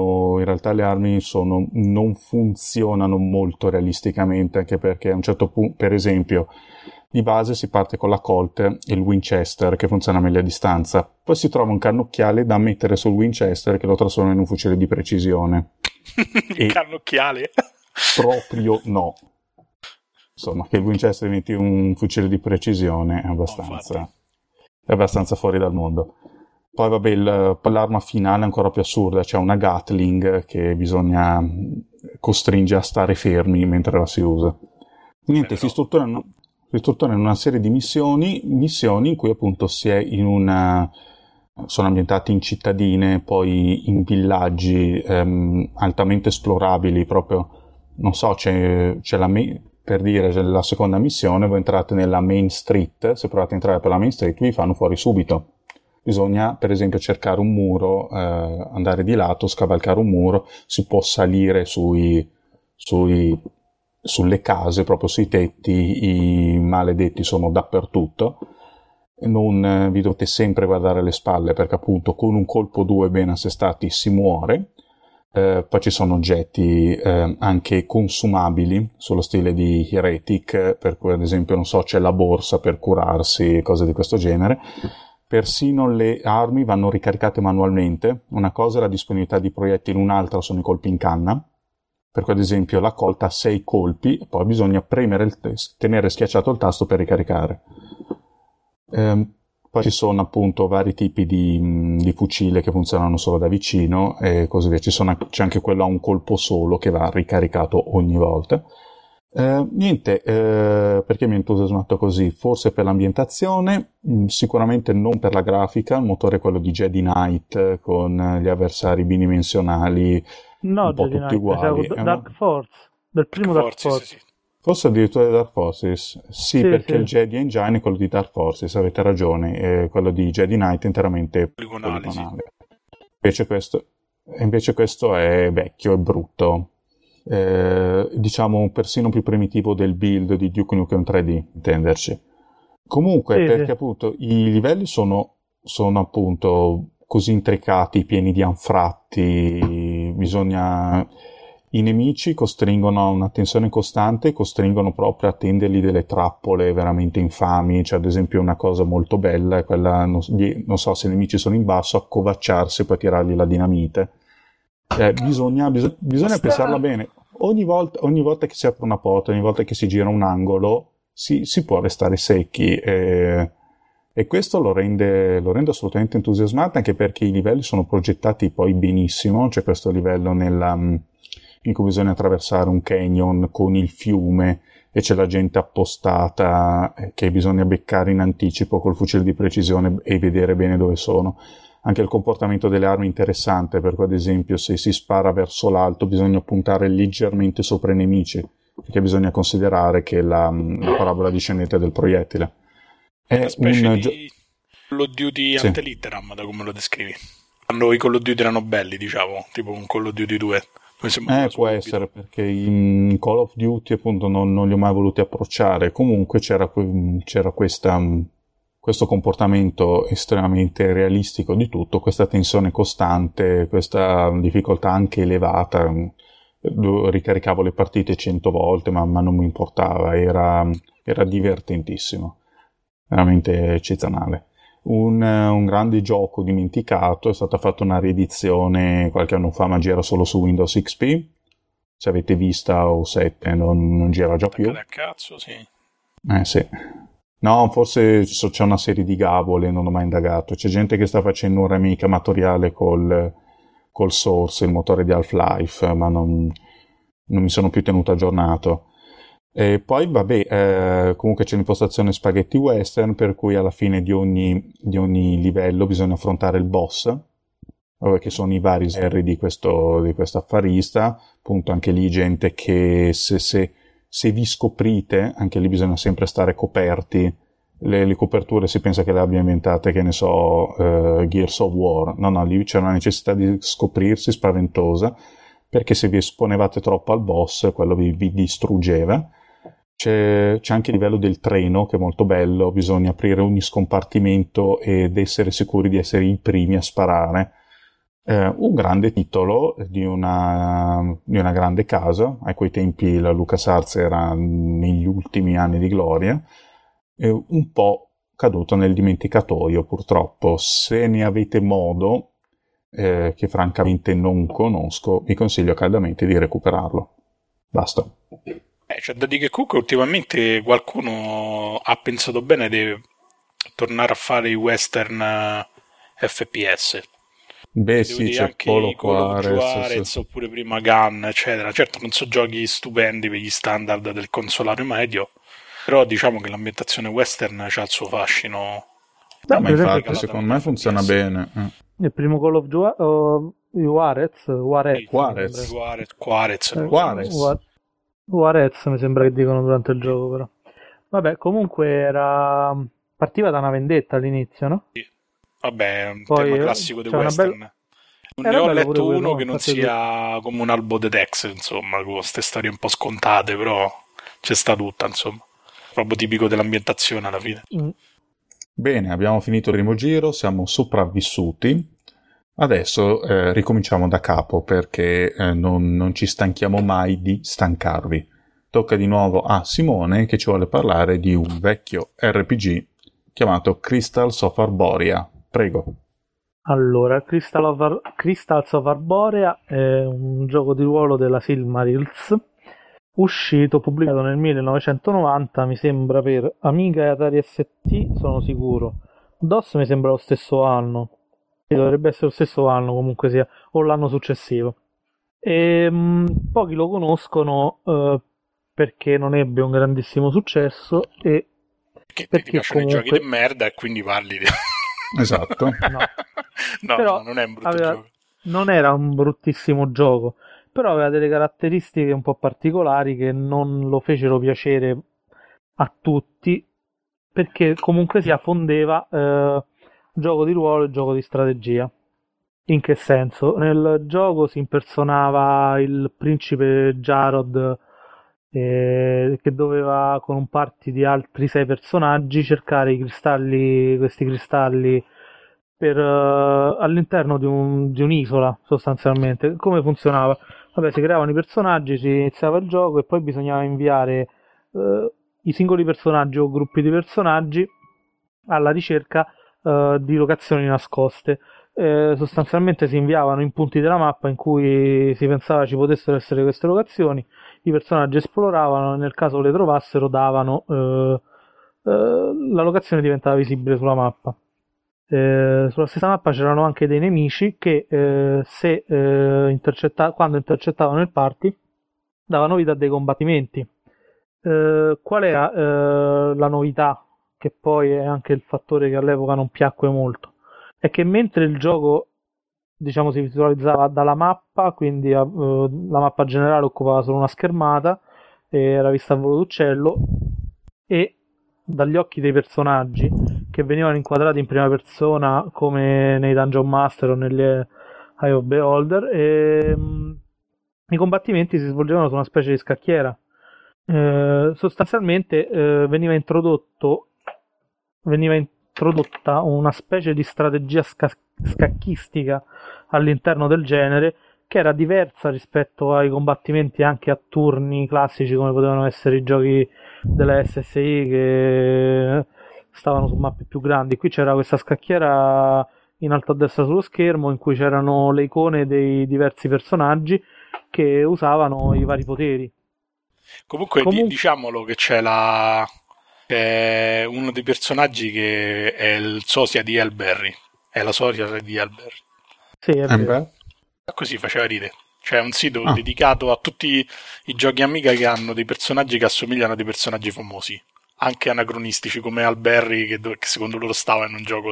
non funzionano molto realisticamente, anche perché a un certo punto, per esempio, di base si parte con la Colt e il Winchester, che funziona meglio a distanza. Poi si trova un cannocchiale da mettere sul Winchester che lo trasforma in un fucile di precisione. Il cannocchiale? Proprio no. Insomma, che il Winchester diventi un fucile di precisione è abbastanza fuori dal mondo. Poi vabbè, l'arma finale è ancora più assurda, c'è una Gatling che bisogna costringe a stare fermi mentre la si usa. Niente, si struttura in una serie di missioni in cui appunto sono ambientati in cittadine, poi in villaggi altamente esplorabili, proprio, non so, c'è la seconda missione, voi entrate nella Main Street, se provate a entrare per la Main Street vi fanno fuori subito. Bisogna per esempio cercare un muro, andare di lato, scavalcare un muro, si può salire sulle case, proprio sui tetti, i maledetti sono dappertutto. Non vi dovete sempre guardare alle spalle perché appunto con un colpo 2 ben assestati si muore. Poi ci sono oggetti anche consumabili sullo stile di Heretic, per cui ad esempio non so, c'è la borsa per curarsi, cose di questo genere. persino le armi vanno ricaricate manualmente. Una cosa è la disponibilità di proiettili, un'altra sono i colpi in canna. Per cui ad esempio la colta ha 6 colpi e poi bisogna tenere schiacciato il tasto per ricaricare. Poi ci sono appunto vari tipi di fucile che funzionano solo da vicino e così via. C'è anche quello a un colpo solo che va ricaricato ogni volta. Perché mi ha entusiasmato così? Forse per l'ambientazione, sicuramente non per la grafica. Il motore è quello di Jedi Knight con gli avversari bidimensionali un po' Jedi tutti Knight, uguali. Dark Force, del primo Dark Force. Sì. Forse addirittura di Dark Forces, sì, perché sì. il Jedi Engine è quello di Dark Forces, avete ragione, quello di Jedi Knight è interamente poligonale. Sì. Invece questo è vecchio e brutto, diciamo persino più primitivo del build di Duke Nukem 3D, intenderci. Comunque, perché appunto i livelli sono appunto così intricati, pieni di anfratti, i nemici costringono a una tensione costante, costringono proprio a tendergli delle trappole veramente infami. Cioè, ad esempio, una cosa molto bella è quella, non so se i nemici sono in basso, accovacciarsi e poi tirargli la dinamite. Bisogna pensarla bene. Ogni volta che si apre una porta, ogni volta che si gira un angolo, si può restare secchi. E questo lo rende assolutamente entusiasmante, anche perché i livelli sono progettati poi benissimo. C'è questo livello in cui bisogna attraversare un canyon con il fiume e c'è la gente appostata che bisogna beccare in anticipo col fucile di precisione e vedere bene dove sono. Anche il comportamento delle armi è interessante, perché ad esempio se si spara verso l'alto bisogna puntare leggermente sopra i nemici, perché bisogna considerare che la parabola discendente del proiettile. È una specie di Call of Duty ante litteram, da come lo descrivi. Quando i Call of Duty erano belli, diciamo, tipo un Call of Duty 2. Può essere, perché in Call of Duty appunto non li ho mai voluti approcciare. Comunque c'era questo comportamento estremamente realistico di tutto, questa tensione costante, questa difficoltà anche elevata. Ricaricavo le partite 100 volte, ma non mi importava, era divertentissimo, veramente eccezionale. Un grande gioco dimenticato, è stata fatta una riedizione qualche anno fa, ma gira solo su Windows XP. Se avete vista o 7 non gira già più. Da cazzo, sì. Sì. No, forse c'è una serie di gabole, non ho mai indagato. C'è gente che sta facendo un remake amatoriale col Source, il motore di Half-Life, ma non mi sono più tenuto aggiornato. E poi, comunque c'è l'impostazione spaghetti western, per cui alla fine di ogni livello bisogna affrontare il boss, che sono i vari serri di questo affarista. Appunto, anche lì gente che se vi scoprite, anche lì bisogna sempre stare coperti. Le coperture si pensa che le abbia inventate, che ne so, Gears of War. No, lì c'è una necessità di scoprirsi spaventosa, perché se vi esponevate troppo al boss, quello vi distruggeva. C'è anche il livello del treno, che è molto bello. Bisogna aprire ogni scompartimento ed essere sicuri di essere i primi a sparare. Un grande titolo di una grande casa. A quei tempi la LucasArts era negli ultimi anni di gloria, un po' caduto nel dimenticatoio purtroppo. Se ne avete modo, che francamente non conosco, vi consiglio caldamente di recuperarlo. Basta. C'è da dire che comunque ultimamente qualcuno ha pensato bene di tornare a fare i western FPS. Sì, c'è anche Polo Juarez oppure prima Gun, eccetera. Certo, non sono giochi stupendi per gli standard del consolario medio, però diciamo che l'ambientazione western ha il suo fascino. Ma infatti secondo me funziona bene. Il primo Call of Juarez mi sembra che dicono durante il gioco, però. Vabbè, comunque partiva da una vendetta all'inizio, no? Sì. Vabbè, un poi tema classico dei western. Non ne ho letto uno che non sia come un albo de Dex, insomma, con queste storie un po' scontate, però c'è sta tutta, insomma. Proprio tipico dell'ambientazione alla fine. Bene, abbiamo finito il primo giro, siamo sopravvissuti. Adesso ricominciamo da capo, perché non ci stanchiamo mai di stancarvi. Tocca di nuovo a Simone, che ci vuole parlare di un vecchio RPG chiamato Crystals of Arborea. Prego. Allora, Crystals of Arborea è un gioco di ruolo della Silmarils, pubblicato nel 1990, mi sembra per Amiga e Atari ST, sono sicuro. DOS mi sembra lo stesso anno, dovrebbe essere lo stesso anno comunque sia, o l'anno successivo. Pochi lo conoscono perché non ebbe un grandissimo successo e perché ti piacciono comunque... i giochi di merda e quindi parli di... Esatto. No, però non è un brutto gioco. Non era un bruttissimo gioco, però aveva delle caratteristiche un po' particolari che non lo fecero piacere a tutti, perché comunque si affondeva gioco di ruolo e gioco di strategia. In che senso? Nel gioco si impersonava il principe Jarod che doveva con un party di altri 6 personaggi cercare questi cristalli all'interno di un'isola, sostanzialmente. Come funzionava? Vabbè, si creavano i personaggi, si iniziava il gioco e poi bisognava inviare i singoli personaggi o gruppi di personaggi alla ricerca di locazioni nascoste. Sostanzialmente si inviavano in punti della mappa in cui si pensava ci potessero essere queste locazioni, i personaggi esploravano e nel caso le trovassero davano la locazione diventava visibile sulla mappa. Sulla stessa mappa c'erano anche dei nemici che quando intercettavano il party davano vita a dei combattimenti. Qual era la novità, che poi è anche il fattore che all'epoca non piacque molto? È che mentre il gioco, diciamo, si visualizzava dalla mappa, quindi la mappa generale occupava solo una schermata, era vista a volo d'uccello, e dagli occhi dei personaggi che venivano inquadrati in prima persona come nei Dungeon Master o negli Eye of Beholder, i combattimenti si svolgevano su una specie di scacchiera. Sostanzialmente veniva introdotta una specie di strategia scacchistica all'interno del genere, che era diversa rispetto ai combattimenti anche a turni classici come potevano essere i giochi della SSI che stavano su mappe più grandi. Qui c'era questa scacchiera in alto a destra sullo schermo in cui c'erano le icone dei diversi personaggi che usavano i vari poteri. Comunque diciamolo che c'è uno dei personaggi che è il sosia di Elberry. È la sosia di Elberry. Sì, è vero. Così faceva ridere. C'è un sito dedicato a tutti i giochi Amiga che hanno dei personaggi che assomigliano a dei personaggi famosi, anche anacronistici come Alberry che secondo loro stava in un gioco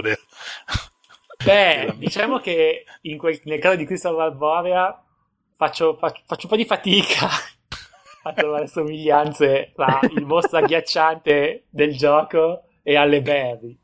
diciamo che nel caso di Crystal Arborea faccio un po' di fatica a trovare somiglianze tra il mostro agghiacciante del gioco e alle Berry.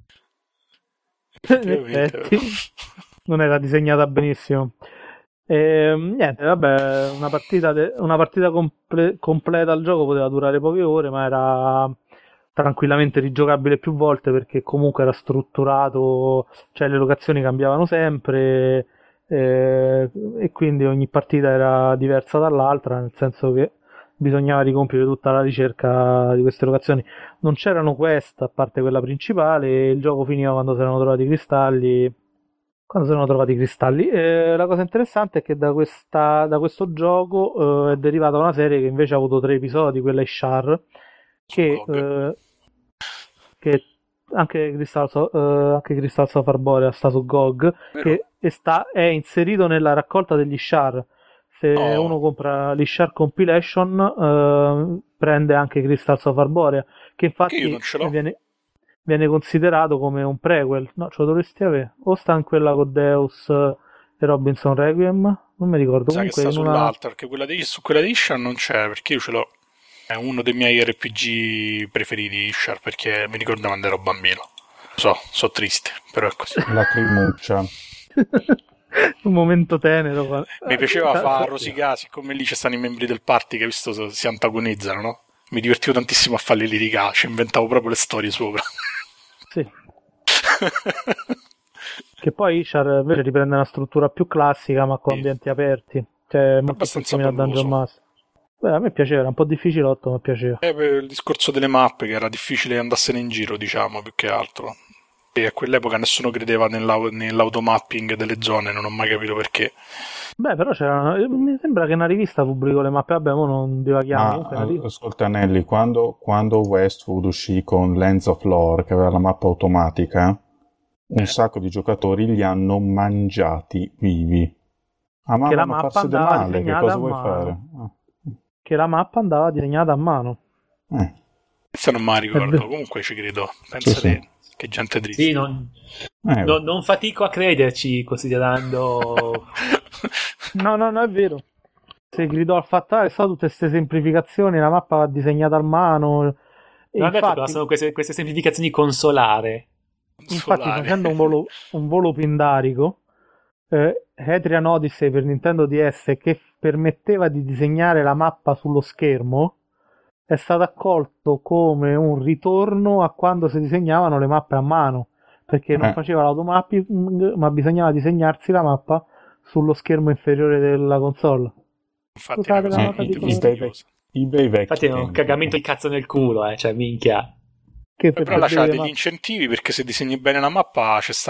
Non era disegnata benissimo. Niente, vabbè, una partita completa al gioco poteva durare poche ore, ma era tranquillamente rigiocabile più volte perché comunque era strutturato, cioè le locazioni cambiavano sempre e quindi ogni partita era diversa dall'altra, nel senso che bisognava ricompiere tutta la ricerca di queste locazioni. Non c'erano quest a parte quella principale e il gioco finiva quando si erano trovati i cristalli. La cosa interessante è che da questo gioco è derivata una serie che invece ha avuto 3 episodi, quella Ishar, che anche Crystals of Arborea sta su GOG. Vero. Che è inserito nella raccolta degli Ishar. Se uno compra l'Ishar Compilation prende anche Crystals of Arborea, che infatti viene considerato come un prequel. No, ce lo dovresti avere. O sta in quella con Deus e Robinson Requiem? Non mi ricordo. Sa comunque che sta sull'altra, perché su quella di Ishar non c'è, perché io ce l'ho. È uno dei miei RPG preferiti, Ishar, perché mi ricordo quando ero bambino. So triste, però è così. Lacrimuccia. Un momento tenero. Mi piaceva fare rosicare, siccome lì ci stanno i membri del party che visto si antagonizzano, no? Mi divertivo tantissimo a farli litigare, ci inventavo proprio le storie sopra. Sì. Che poi Ishar invece riprende una struttura più classica ma con ambienti aperti, cioè molto più simile a Dungeon Master. Beh, a me piaceva, era un po' difficilotto, ma piaceva. Per il discorso delle mappe, che era difficile andarsene in giro, diciamo, più che altro. E a quell'epoca nessuno credeva nell'automapping delle zone, non ho mai capito perché. Beh, però mi sembra che una rivista pubblicò le mappe, vabbè, mo non divaghiamo. Ascolta Nelly, quando Westwood uscì con Lands of Lore, che aveva la mappa automatica, un sacco di giocatori li hanno mangiati vivi. Che la mappa andava male, che cosa vuoi fare? Che la mappa andava disegnata a mano. Se non mi ricordo, comunque ci credo. Pensate che gente triste. Sì, non fatico a crederci, considerando... No, è vero. Se gridò al fattale, sono tutte queste semplificazioni, la mappa va disegnata a mano. Non infatti, detto che sono queste semplificazioni consolare. Infatti, facendo un volo pindarico, Etrian Odyssey per Nintendo DS, che permetteva di disegnare la mappa sullo schermo, è stato accolto come un ritorno a quando si disegnavano le mappe a mano, perché non faceva l'automapping, ma bisognava disegnarsi la mappa sullo schermo inferiore della console. Infatti, scusate la nota di Infatti è un cagamento di cazzo nel culo, cioè minchia. Però lascia degli incentivi, perché se disegni bene la mappa c'è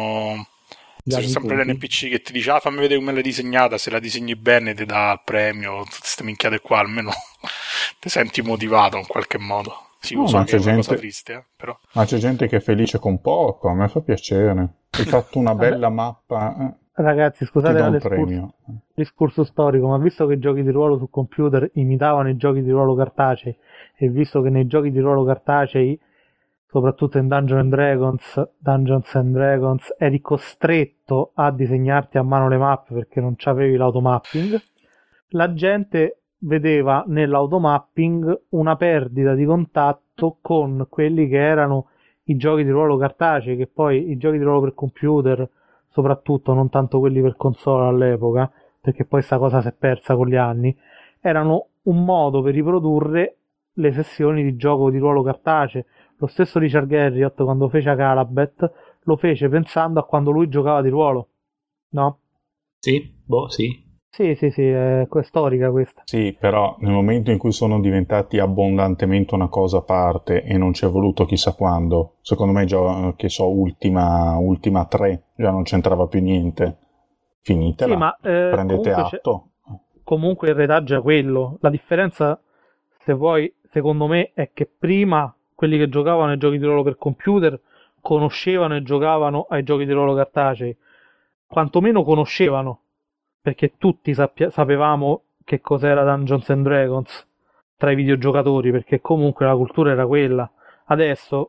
sempre l'NPC che ti dice fammi vedere come l'hai disegnata, se la disegni bene ti dà il premio, tutte queste minchiate qua, almeno ti senti motivato in qualche modo. Sì, so che è una cosa triste, però. Ma c'è gente che è felice con poco, a me fa piacere. Hai fatto una bella mappa. Ragazzi, scusate discorso storico, ma visto che i giochi di ruolo su computer imitavano i giochi di ruolo cartacei, e visto che nei giochi di ruolo cartacei, soprattutto in Dungeons and Dragons, eri costretto a disegnarti a mano le mappe perché non c'avevi l'automapping, la gente vedeva nell'automapping una perdita di contatto con quelli che erano i giochi di ruolo cartacei, che poi i giochi di ruolo per computer, soprattutto non tanto quelli per console all'epoca, perché poi sta cosa si è persa con gli anni, erano un modo per riprodurre le sessioni di gioco di ruolo cartaceo. Lo stesso Richard Garriott, quando fece Calabet, lo fece pensando a quando lui giocava di ruolo, no? Sì, sì. Sì, è storica questa. Sì, però nel momento in cui sono diventati abbondantemente una cosa a parte e non ci è voluto chissà quando, secondo me già, che so, Ultima 3 già non c'entrava più niente. Finitela, sì, ma, prendete atto. Comunque il retaggio è quello. La differenza, se vuoi, secondo me, è che prima quelli che giocavano ai giochi di ruolo per computer conoscevano e giocavano ai giochi di ruolo cartacei. Quantomeno conoscevano, perché tutti sapevamo che cos'era Dungeons and Dragons tra i videogiocatori, perché comunque la cultura era quella. Adesso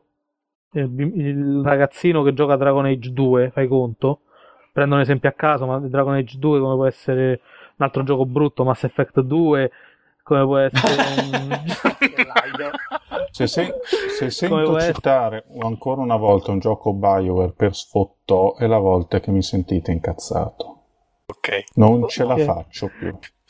il ragazzino che gioca a Dragon Age 2, fai conto, prendo un esempio a caso, ma Dragon Age 2 come può essere un altro gioco brutto, Mass Effect 2, come può essere se sento citare ancora una volta un gioco BioWare per sfottò, è la volta che mi sentite incazzato. Non ce la faccio più.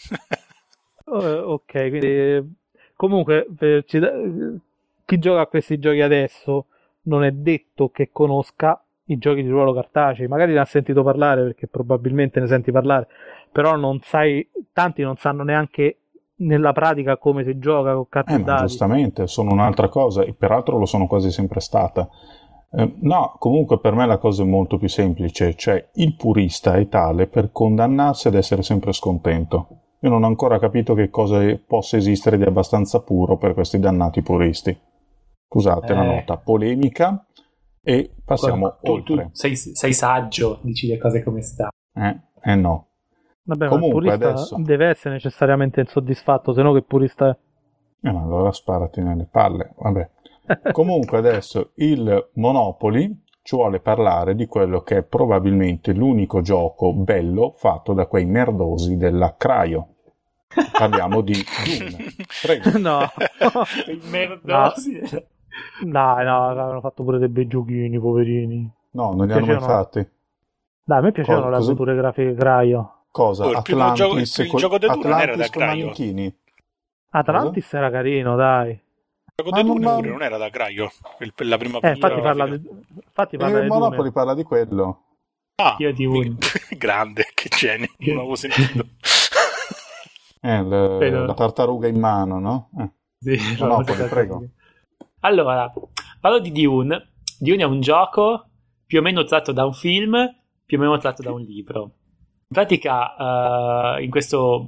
Ok, quindi comunque chi gioca a questi giochi adesso non è detto che conosca i giochi di ruolo cartacei, magari ne ha sentito parlare, perché probabilmente ne senti parlare, però tanti non sanno neanche nella pratica come si gioca con carte e dadi. Giustamente, sono un'altra cosa, e peraltro lo sono quasi sempre stata. No, comunque per me la cosa è molto più semplice, cioè il purista è tale per condannarsi ad essere sempre scontento. Io non ho ancora capito che cosa possa esistere di abbastanza puro per questi dannati puristi. Scusate la nota polemica e passiamo oltre. Tu sei saggio, dici le cose come sta. No. Vabbè, comunque ma il purista adesso deve essere necessariamente insoddisfatto, se no che purista è? Ma allora sparati nelle palle, vabbè. Comunque adesso il Monopoly ci vuole parlare di quello che è probabilmente l'unico gioco bello fatto da quei merdosi della Craio. Parliamo di Dune. Prego. No. I merdosi. No, avevano fatto pure dei bei giochini, poverini. No, non li hanno mai fatti. Dai, a me piacevano le avventure grafiche Craio. Cosa? Il primo gioco di Dune non era da Craio. Atlantis era carino, dai. Il gioco di Dune non era da Craio. La prima infatti parla di Monopoly parla di quello. Io di Dune. Grande, che genio, non l'avevo sentito. La tartaruga in mano, no? Sì, Monopoli, prego. Allora, parlo di Dune. Dune è un gioco più o meno tratto da un film, più o meno tratto da un libro. In pratica, in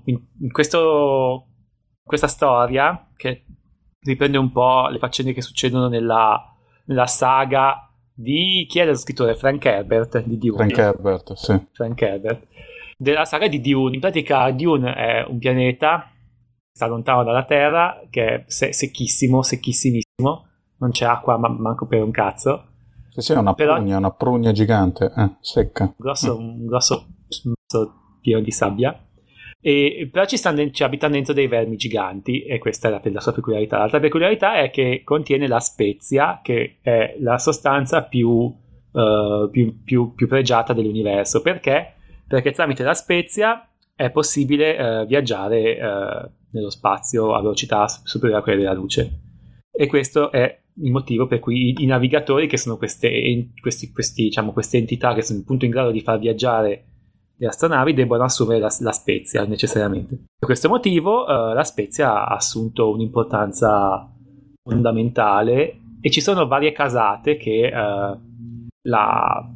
questa storia, che riprende un po' le faccende che succedono nella saga di... Chi è lo scrittore? Frank Herbert di Dune. Frank Herbert, sì. Frank Herbert. Della saga di Dune. In pratica Dune è un pianeta che sta lontano dalla Terra, che è secchissimo, secchissimissimo, non c'è acqua manco per un cazzo. Sì, è una prugna gigante, secca. Un grosso pieno di sabbia. E però ci abitano dentro dei vermi giganti, e questa è la sua peculiarità. L'altra peculiarità è che contiene la spezia, che è la sostanza più pregiata dell'universo. Perché? Perché tramite la spezia è possibile viaggiare nello spazio a velocità superiore a quella della luce. E questo è il motivo per cui i navigatori, che sono queste entità che sono appunto in grado di far viaggiare le astronavi, debbono assumere la spezia necessariamente. Per questo motivo la spezia ha assunto un'importanza fondamentale, e ci sono varie casate che la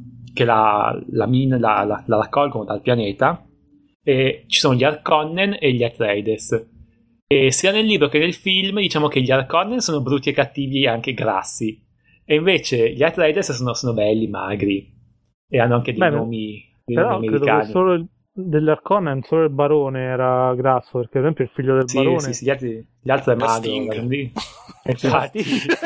raccolgono dal pianeta, e ci sono gli Harkonnen e gli Atreides. E sia nel libro che nel film diciamo che gli Harkonnen sono brutti e cattivi e anche grassi, e invece gli Atreides sono belli, magri, e hanno anche dei nomi però americani. Credo che solo degli Harkonnen solo il barone era grasso, perché per esempio il figlio del barone... Sì, gli altri è magro. Infatti.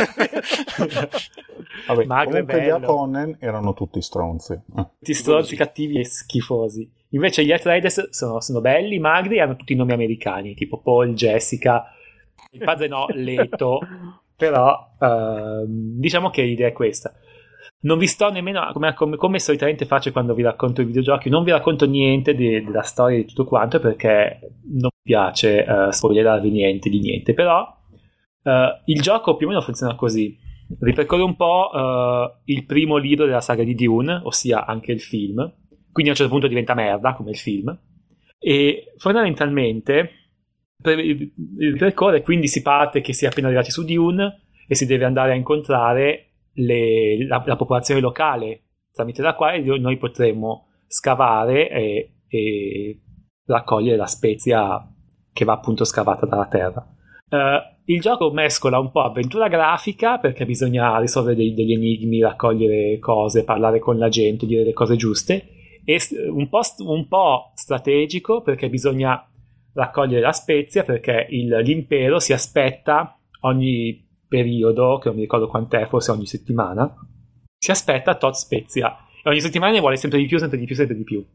Vabbè, magro comunque gli Harkonnen erano tutti stronzi. Tutti stronzi, cattivi e schifosi. Invece gli Atreides sono belli, magri, e hanno tutti i nomi americani, tipo Paul, Jessica, il padre no, Leto. Però diciamo che l'idea è questa. Non vi sto nemmeno, come solitamente faccio quando vi racconto i videogiochi, non vi racconto niente della storia di tutto quanto, perché non mi piace spoilerarvi niente di niente. Però il gioco più o meno funziona così. Ripercorre un po' il primo libro della saga di Dune, ossia anche il film, quindi a un certo punto diventa merda come il film, e fondamentalmente ripercorre, quindi si parte che si è appena arrivati su Dune e si deve andare a incontrare la popolazione locale, tramite la quale noi potremo scavare e raccogliere la spezia che va appunto scavata dalla terra. Il gioco mescola un po' avventura grafica, perché bisogna risolvere degli enigmi, raccogliere cose, parlare con la gente, dire le cose giuste, e un po' strategico, perché bisogna raccogliere la spezia, perché l'impero si aspetta ogni periodo, che non mi ricordo quant'è, forse ogni settimana, si aspetta tot spezia, e ogni settimana ne vuole sempre di più, sempre di più, sempre di più.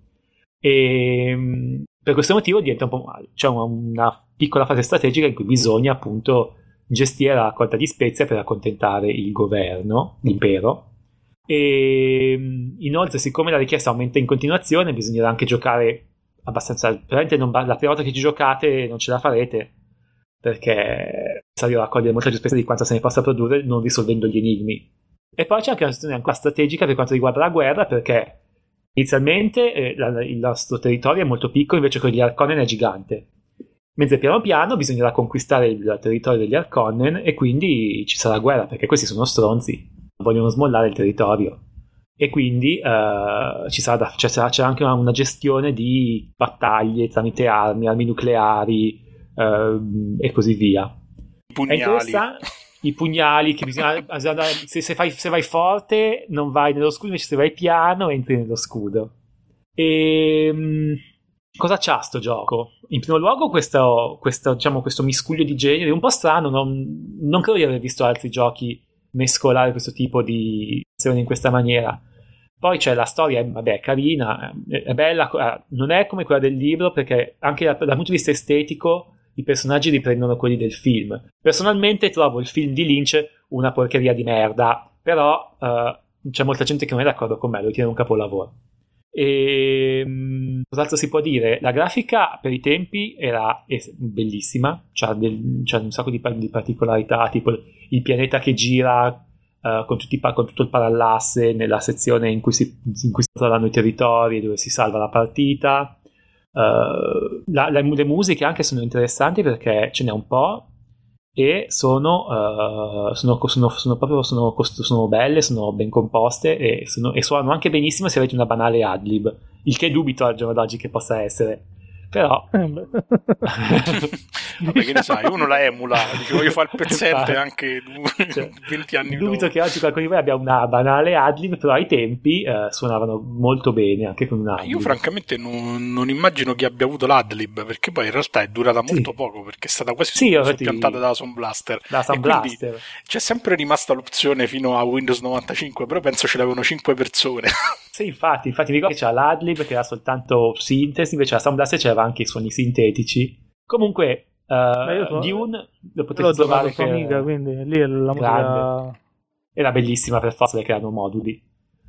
E per questo motivo diventa un po' c'è una piccola fase strategica in cui bisogna appunto gestire la raccolta di spezie per accontentare il governo, l'impero. E inoltre, siccome la richiesta aumenta in continuazione, bisognerà anche giocare abbastanza, veramente la prima volta che ci giocate non ce la farete, perché sarà raccogliere molta più spezia di quanto se ne possa produrre non risolvendo gli enigmi. E poi c'è anche una situazione ancora strategica per quanto riguarda la guerra, perché inizialmente il nostro territorio è molto piccolo, invece quello di Harkonnen è gigante, mentre piano piano bisognerà conquistare il territorio degli Harkonnen, e quindi ci sarà guerra, perché questi sono stronzi, vogliono smollare il territorio, e quindi c'è anche una gestione di battaglie tramite armi nucleari e così via. I pugnali che bisogna se vai forte non vai nello scudo, invece se vai piano entri nello scudo. E cosa c'ha sto gioco? In primo luogo questo miscuglio di generi un po' strano, non credo di aver visto altri giochi mescolare questo tipo di azioni in questa maniera. Poi c'è la storia, è carina, è bella, non è come quella del libro, perché anche dal punto di vista estetico i personaggi riprendono quelli del film. Personalmente trovo il film di Lynch una porcheria di merda, però c'è molta gente che non è d'accordo con me, lo ritiene un capolavoro. E cos'altro si può dire? La grafica per i tempi è bellissima, c'ha un sacco di particolarità, tipo il pianeta che gira con tutto il parallasse nella sezione in cui si controllano i territori, dove si salva la partita. Le musiche anche sono interessanti perché ce n'è un po' e sono belle, sono ben composte e suonano anche benissimo se avete una banale ad-lib, il che dubito al giorno d'oggi che possa essere. Però vabbè, che ne sai, uno la emula, dice voglio fare il pezzente anche 20 anni dopo. Dubito che oggi qualcuno di voi abbia una banale adlib, però ai tempi suonavano molto bene anche con un adlib. Io francamente non immagino chi abbia avuto l'adlib, perché poi in realtà è durata molto poco, perché è stata quasi soppiantata dalla Sound Blaster. C'è sempre rimasta l'opzione fino a Windows 95, però penso ce l'avevano 5 persone. Sì, infatti mi ricordo che c'era l'adlib che era soltanto sintesi, invece la Sound Blaster c'era anche i suoni sintetici. Comunque Dune lo potete trovare per Amiga, quindi lì è la musica era bellissima, per forza perché erano moduli.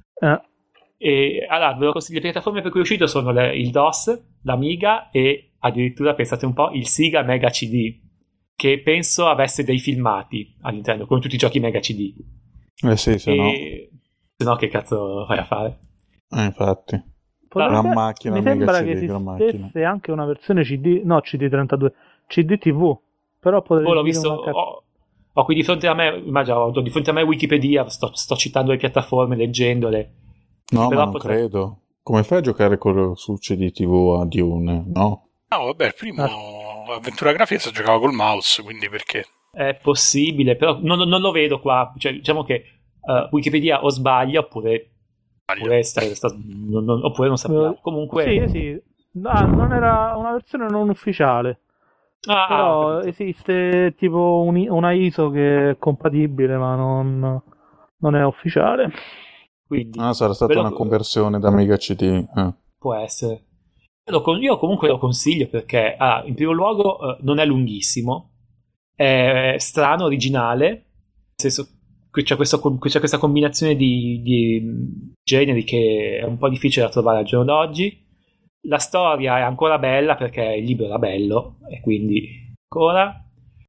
E allora ve lo consiglio. Le piattaforme per cui è uscito sono il DOS, l'Amiga e addirittura, pensate un po', il Sega Mega CD, che penso avesse dei filmati all'interno come tutti i giochi Mega CD. Sì, se no che cazzo vai a fare? Infatti Gran macchina, mi sembra che esistesse anche una versione CD32 CD TV, però l'ho visto. Ho qui di fronte a me, ho di fronte a me Wikipedia, sto citando le piattaforme, leggendole. No, però ma non credo. Come fai a giocare su CD TV a Dune, no? No, vabbè, il primo avventura grafica si giocava col mouse, quindi perché? È possibile, però non lo vedo qua. Cioè, diciamo che Wikipedia o sbaglia oppure non sappiamo. Comunque sì. No, non era una versione non ufficiale. Però esiste tipo una ISO che è compatibile, ma non è ufficiale. Quindi, sarà stata una conversione da Mega CD. Può essere. Io comunque lo consiglio perché in primo luogo non è lunghissimo, è strano, originale, nel senso che c'è questa combinazione di generi che è un po' difficile da trovare al giorno d'oggi. La storia è ancora bella perché il libro era bello e quindi ancora.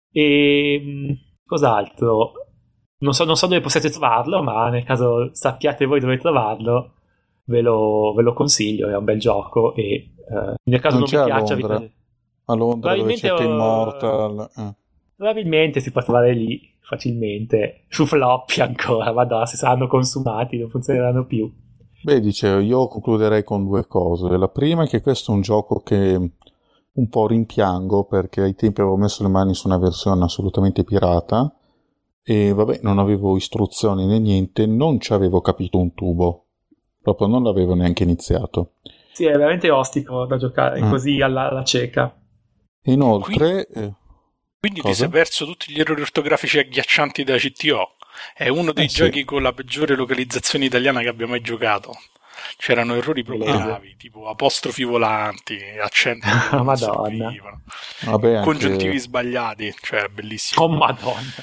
E cos'altro? Non so dove possiate trovarlo, ma nel caso sappiate voi dove trovarlo, ve lo consiglio, è un bel gioco e nel caso non vi piaccia a Londra dove c'è Immortal probabilmente si può trovare lì facilmente su floppy ancora, madonna, se saranno consumati non funzioneranno più. Beh, dicevo, io concluderei con due cose. La prima è che questo è un gioco che un po' rimpiango perché ai tempi avevo messo le mani su una versione assolutamente pirata e vabbè, non avevo istruzioni né niente, non ci avevo capito un tubo, proprio non l'avevo neanche iniziato. Sì, è veramente ostico da giocare così alla cieca. Inoltre quindi ti sei perso tutti gli errori ortografici agghiaccianti della CTO. È uno dei giochi con la peggiore localizzazione italiana che abbia mai giocato. C'erano errori proprio gravi, tipo apostrofi volanti, accenti che non servivano, congiuntivi sbagliati, cioè bellissimo. Oh madonna.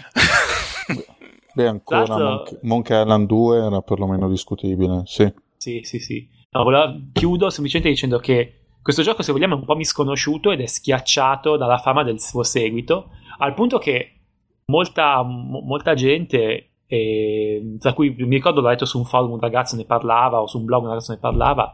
Beh, ancora Monkey Island 2 era perlomeno discutibile, sì. No, chiudo semplicemente dicendo che questo gioco, se vogliamo, è un po' misconosciuto ed è schiacciato dalla fama del suo seguito, al punto che molta gente, tra cui mi ricordo l'ho letto su un forum un ragazzo ne parlava, o su un blog un ragazzo ne parlava,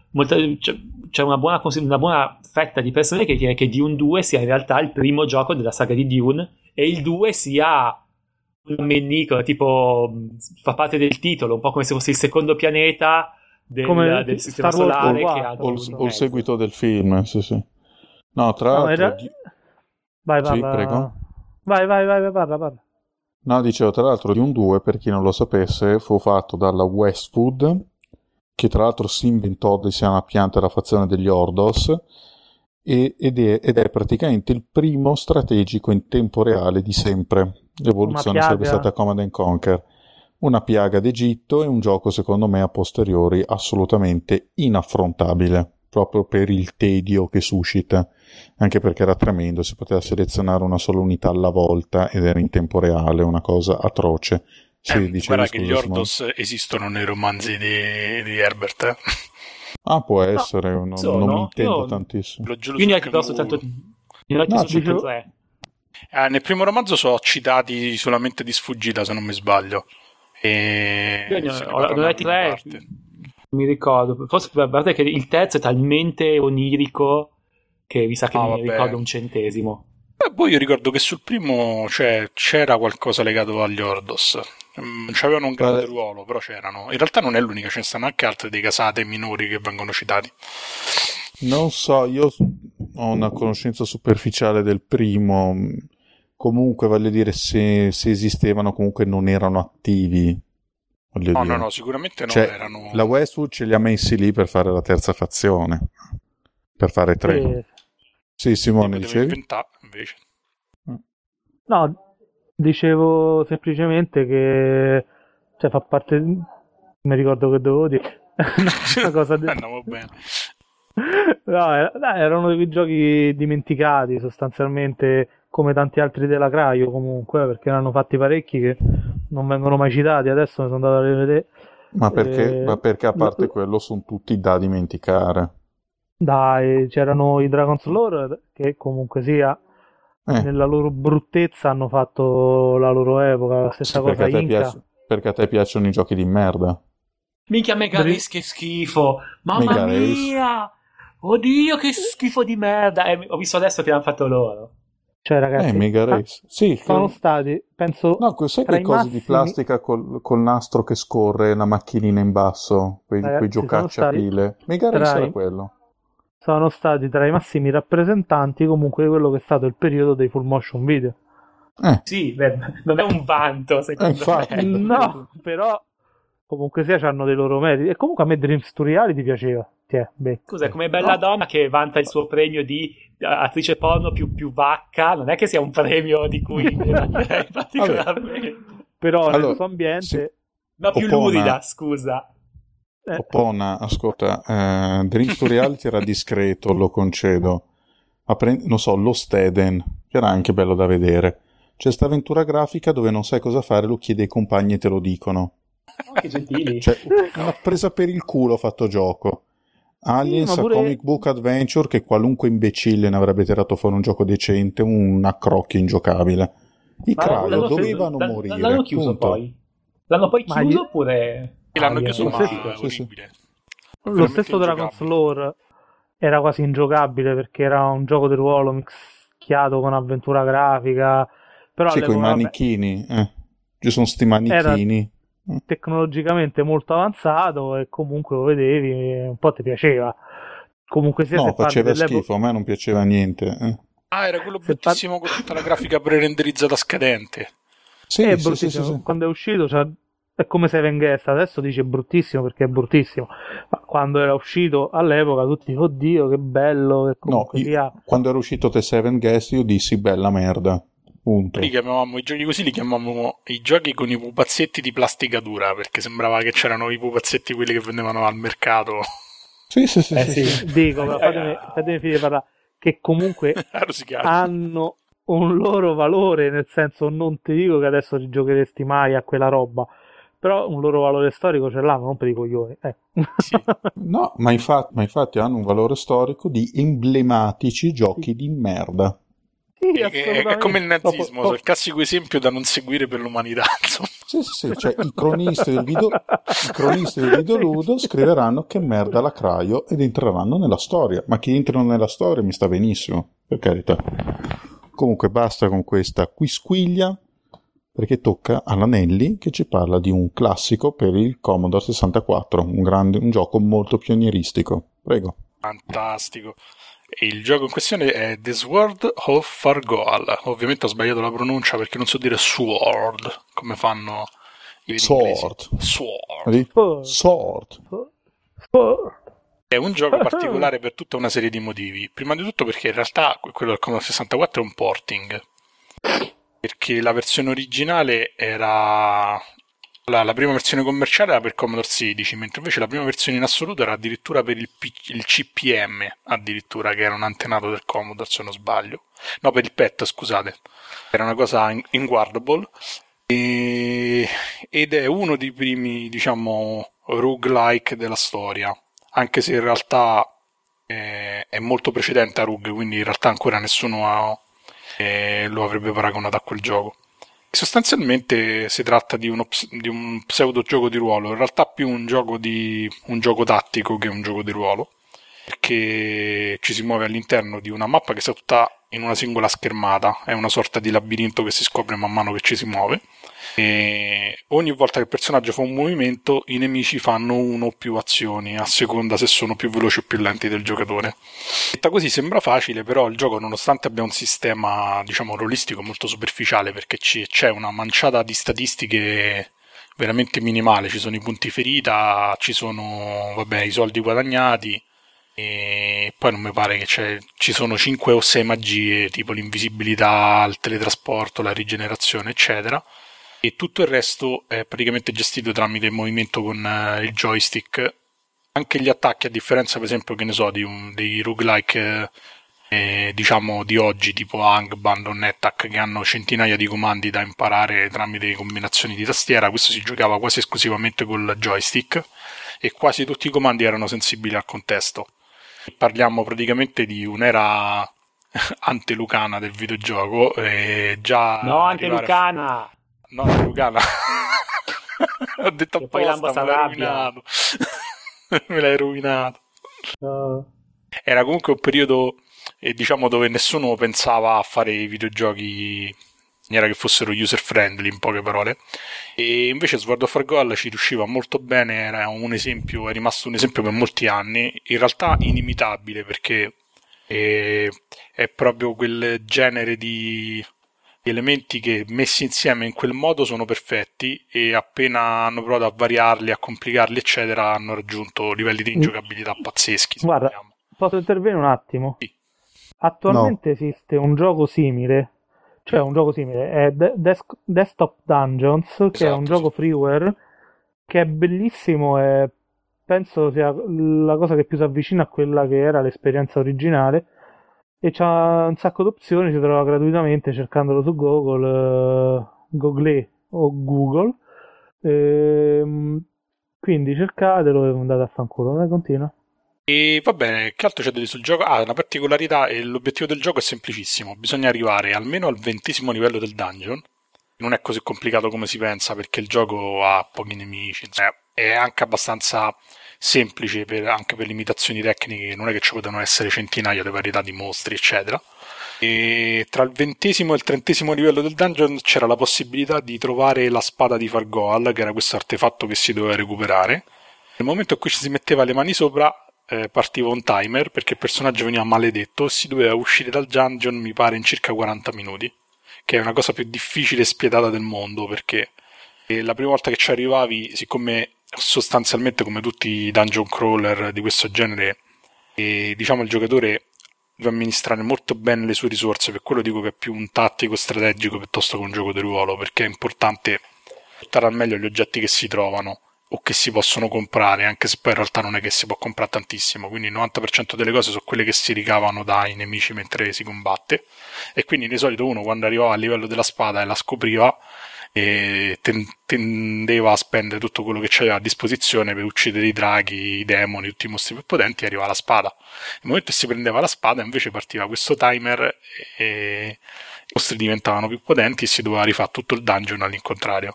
c'è una buona fetta di persone che chiede che Dune 2 sia in realtà il primo gioco della saga di Dune e il 2 sia un mennico, tipo fa parte del titolo, un po' come se fosse il secondo pianeta del sistema solare o il seguito del film, sì. No, tra l'altro vai, prego. Vai, parla. No, dicevo, tra l'altro Dune 2, per chi non lo sapesse, fu fatto dalla Westwood, che tra l'altro si inventò sia una pianta della fazione degli Ordos, ed è praticamente il primo strategico in tempo reale di sempre. L'evoluzione sarebbe stata Command & Conquer. Una piaga d'Egitto e un gioco, secondo me, a posteriori assolutamente inaffrontabile, proprio per il tedio che suscita, anche perché era tremendo, si poteva selezionare una sola unità alla volta ed era in tempo reale, una cosa atroce. Guarda che gli Ordos esistono nei romanzi di Herbert. Può essere, non mi intendo tantissimo. Io ne ho però soltanto tre. Nel primo romanzo sono citati solamente di sfuggita, se non mi sbaglio. Io ne ho letti tre. mi ricordo. Forse a parte che il terzo è talmente onirico che mi sa che mi ricordo un centesimo. Poi io ricordo che sul primo c'era qualcosa legato agli Ordos. Non c'avevano un grande ruolo, però c'erano. In realtà non è l'unica, ce ne stanno anche altri dei casate minori che vengono citati. Non so, io ho una conoscenza superficiale del primo. Comunque, voglio dire, se esistevano, comunque non erano attivi. No, sicuramente non erano. La Westwood ce li ha messi lì per fare la terza fazione, per fare 3. Sì, Simone, dicevi? Invece. No, dicevo semplicemente che fa parte. Mi ricordo che dovevo dire una cosa Andiamo bene. No, erano dei giochi dimenticati sostanzialmente, come tanti altri della Craio comunque, perché ne hanno fatti parecchi che non vengono mai citati. Adesso mi sono andato a rivedere. Ma perché a parte quello sono tutti da dimenticare. Dai, c'erano i Dragon's Lore che comunque sia nella loro bruttezza hanno fatto la loro epoca, la stessa cosa Inca. Perché a te piacciono i giochi di merda. Minchia, Mega Race, che schifo! Mamma mia! Oddio, che schifo di merda! Ho visto adesso che hanno fatto loro. Cioè, ragazzi, Mega Race. Sì, sono stati, penso. No, sai quelle cose di plastica col nastro che scorre, la macchinina in basso, quei giocacci a pile. Mega Race era quello. Sono stati tra i massimi rappresentanti comunque di quello che è stato il periodo dei full motion video. Sì, non è un vanto, secondo me. No, però comunque sia c'hanno dei loro meriti. E comunque a me Dreams to Reality piaceva. Scusa, come Bella Donna che vanta il suo premio di attrice porno più vacca, non è che sia un premio di cui mi vanterei particolarmente. Però nel suo ambiente... No, più lurida, scusa. Oppona, ascolta, Dreams to Reality era discreto, lo concedo. Ma non so, Lost Eden, che era anche bello da vedere. C'è sta avventura grafica dove non sai cosa fare, lo chiedi ai compagni e te lo dicono. Oh, che gentili. Cioè, una presa per il culo fatto gioco. Aliens a Comic Book Adventure, che qualunque imbecille ne avrebbe tirato fuori un gioco decente, un accrocchio ingiocabile. I Craio dovevano morire. L'hanno chiuso poi? L'hanno poi chiuso oppure... L'hanno chiuso, ma è orribile. Lo stesso Dragon's Lore era quasi ingiocabile perché era un gioco di ruolo mischiato con avventura grafica. Però con i manichini. Ci sono sti manichini. Tecnologicamente molto avanzato e comunque lo vedevi e un po' ti piaceva. Comunque sia, no, faceva schifo, a me non piaceva niente. Era quello bruttissimo con tutta la grafica pre-renderizzata scadente. Sì, è bruttissimo. Sì. Quando è uscito è come Seven Guest, adesso dice bruttissimo perché è bruttissimo, ma quando era uscito all'epoca tutti oddio che bello, che comunque quando era uscito The Seven Guest io dissi bella merda. Punto. Li chiamavamo i giochi così, li chiamavamo i giochi con i pupazzetti di plastica dura, perché sembrava che c'erano i pupazzetti quelli che vendevano al mercato. Sì. Dico, fatemi finire di parlare, che comunque hanno un loro valore, nel senso, non ti dico che adesso ti giocheresti mai a quella roba, però un loro valore storico ce l'hanno, non per i coglioni. Sì. No, ma infatti hanno un valore storico di emblematici giochi di merda. Sì, è come il nazismo, il classico esempio da non seguire per l'umanità. Sì, cioè i cronisti del videoludo scriveranno che merda la Craio ed entreranno nella storia, ma che entrano nella storia mi sta benissimo, per carità. Comunque basta con questa quisquiglia, perché tocca all'Anelli che ci parla di un classico per il Commodore 64, un gioco molto pionieristico. Prego. Fantastico. Il gioco in questione è The Sword of Fargoal. Ovviamente ho sbagliato la pronuncia perché non so dire sword come fanno i Sword. È un gioco particolare per tutta una serie di motivi. Prima di tutto perché in realtà quello del Commodore 64 è un porting, perché la versione originale era la prima versione commerciale era per Commodore 16, mentre invece la prima versione in assoluto era addirittura per il CPM, addirittura, che era un antenato del Commodore, se non sbaglio. No, per il PET, scusate. Era una cosa inguardable. Ed è uno dei primi, diciamo, roguelike della storia, anche se in realtà è molto precedente a Rogue, quindi in realtà ancora nessuno lo avrebbe paragonato a quel gioco. Sostanzialmente si tratta di un pseudo gioco di ruolo, in realtà più un gioco tattico che un gioco di ruolo, perché ci si muove all'interno di una mappa che sta tutta in una singola schermata, è una sorta di labirinto che si scopre man mano che ci si muove, e ogni volta che il personaggio fa un movimento i nemici fanno uno o più azioni a seconda se sono più veloci o più lenti del giocatore. Detta così sembra facile, però il gioco, nonostante abbia un sistema diciamo rolistico molto superficiale, perché c'è una manciata di statistiche veramente minimale, ci sono i punti ferita, ci sono vabbè, i soldi guadagnati, e poi non mi pare che ci sono 5 o 6 magie tipo l'invisibilità, il teletrasporto, la rigenerazione eccetera, e tutto il resto è praticamente gestito tramite il movimento con il joystick. Anche gli attacchi, a differenza per esempio che ne so dei roguelike diciamo di oggi tipo Angband o NetHack, che hanno centinaia di comandi da imparare tramite combinazioni di tastiera, questo si giocava quasi esclusivamente col joystick e quasi tutti i comandi erano sensibili al contesto. Parliamo praticamente di un'era antelucana del videogioco, già no, antelucana! No, antelucana. Ho detto che poi Lambo rovinato. Me l'hai rovinato. Era comunque un periodo diciamo dove nessuno pensava a fare i videogiochi era che fossero user friendly, in poche parole, e invece Sword of Argol ci riusciva molto bene, era un esempio, è rimasto un esempio per molti anni, in realtà inimitabile, perché è proprio quel genere di elementi che messi insieme in quel modo sono perfetti, e appena hanno provato a variarli, a complicarli eccetera, hanno raggiunto livelli di ingiocabilità pazzeschi. Guarda, posso intervenire un attimo? Sì. Attualmente esiste un gioco simile, è Desktop Dungeons, che esatto, è un gioco freeware che è bellissimo e penso sia la cosa che più si avvicina a quella che era l'esperienza originale, e c'ha un sacco di opzioni, si trova gratuitamente cercandolo su Google o Google, quindi cercatelo e andate a fanculo. Continua. E va bene, che altro c'è da dire sul gioco? Una particolarità, e l'obiettivo del gioco è semplicissimo, bisogna arrivare almeno al 20° livello del dungeon. Non è così complicato come si pensa, perché il gioco ha pochi nemici, è anche abbastanza semplice anche per limitazioni tecniche, non è che ci potevano essere centinaia di varietà di mostri eccetera. E tra il 20° e il 30° livello del dungeon c'era la possibilità di trovare la spada di Fargoal, che era questo artefatto che si doveva recuperare. Nel momento in cui ci si metteva le mani sopra partiva un timer, perché il personaggio veniva maledetto e si doveva uscire dal dungeon mi pare in circa 40 minuti, che è una cosa più difficile e spietata del mondo, perché la prima volta che ci arrivavi, siccome sostanzialmente come tutti i dungeon crawler di questo genere, diciamo il giocatore deve amministrare molto bene le sue risorse, per quello dico che è più un tattico strategico piuttosto che un gioco di ruolo, perché è importante portare al meglio gli oggetti che si trovano o che si possono comprare, anche se poi in realtà non è che si può comprare tantissimo, quindi il 90% delle cose sono quelle che si ricavano dai nemici mentre si combatte, e quindi di solito uno quando arrivava al livello della spada e la scopriva e tendeva a spendere tutto quello che c'aveva a disposizione per uccidere i draghi, i demoni, tutti i mostri più potenti, e arrivava la spada. Nel momento che si prendeva la spada invece partiva questo timer e i mostri diventavano più potenti e si doveva rifare tutto il dungeon all'incontrario.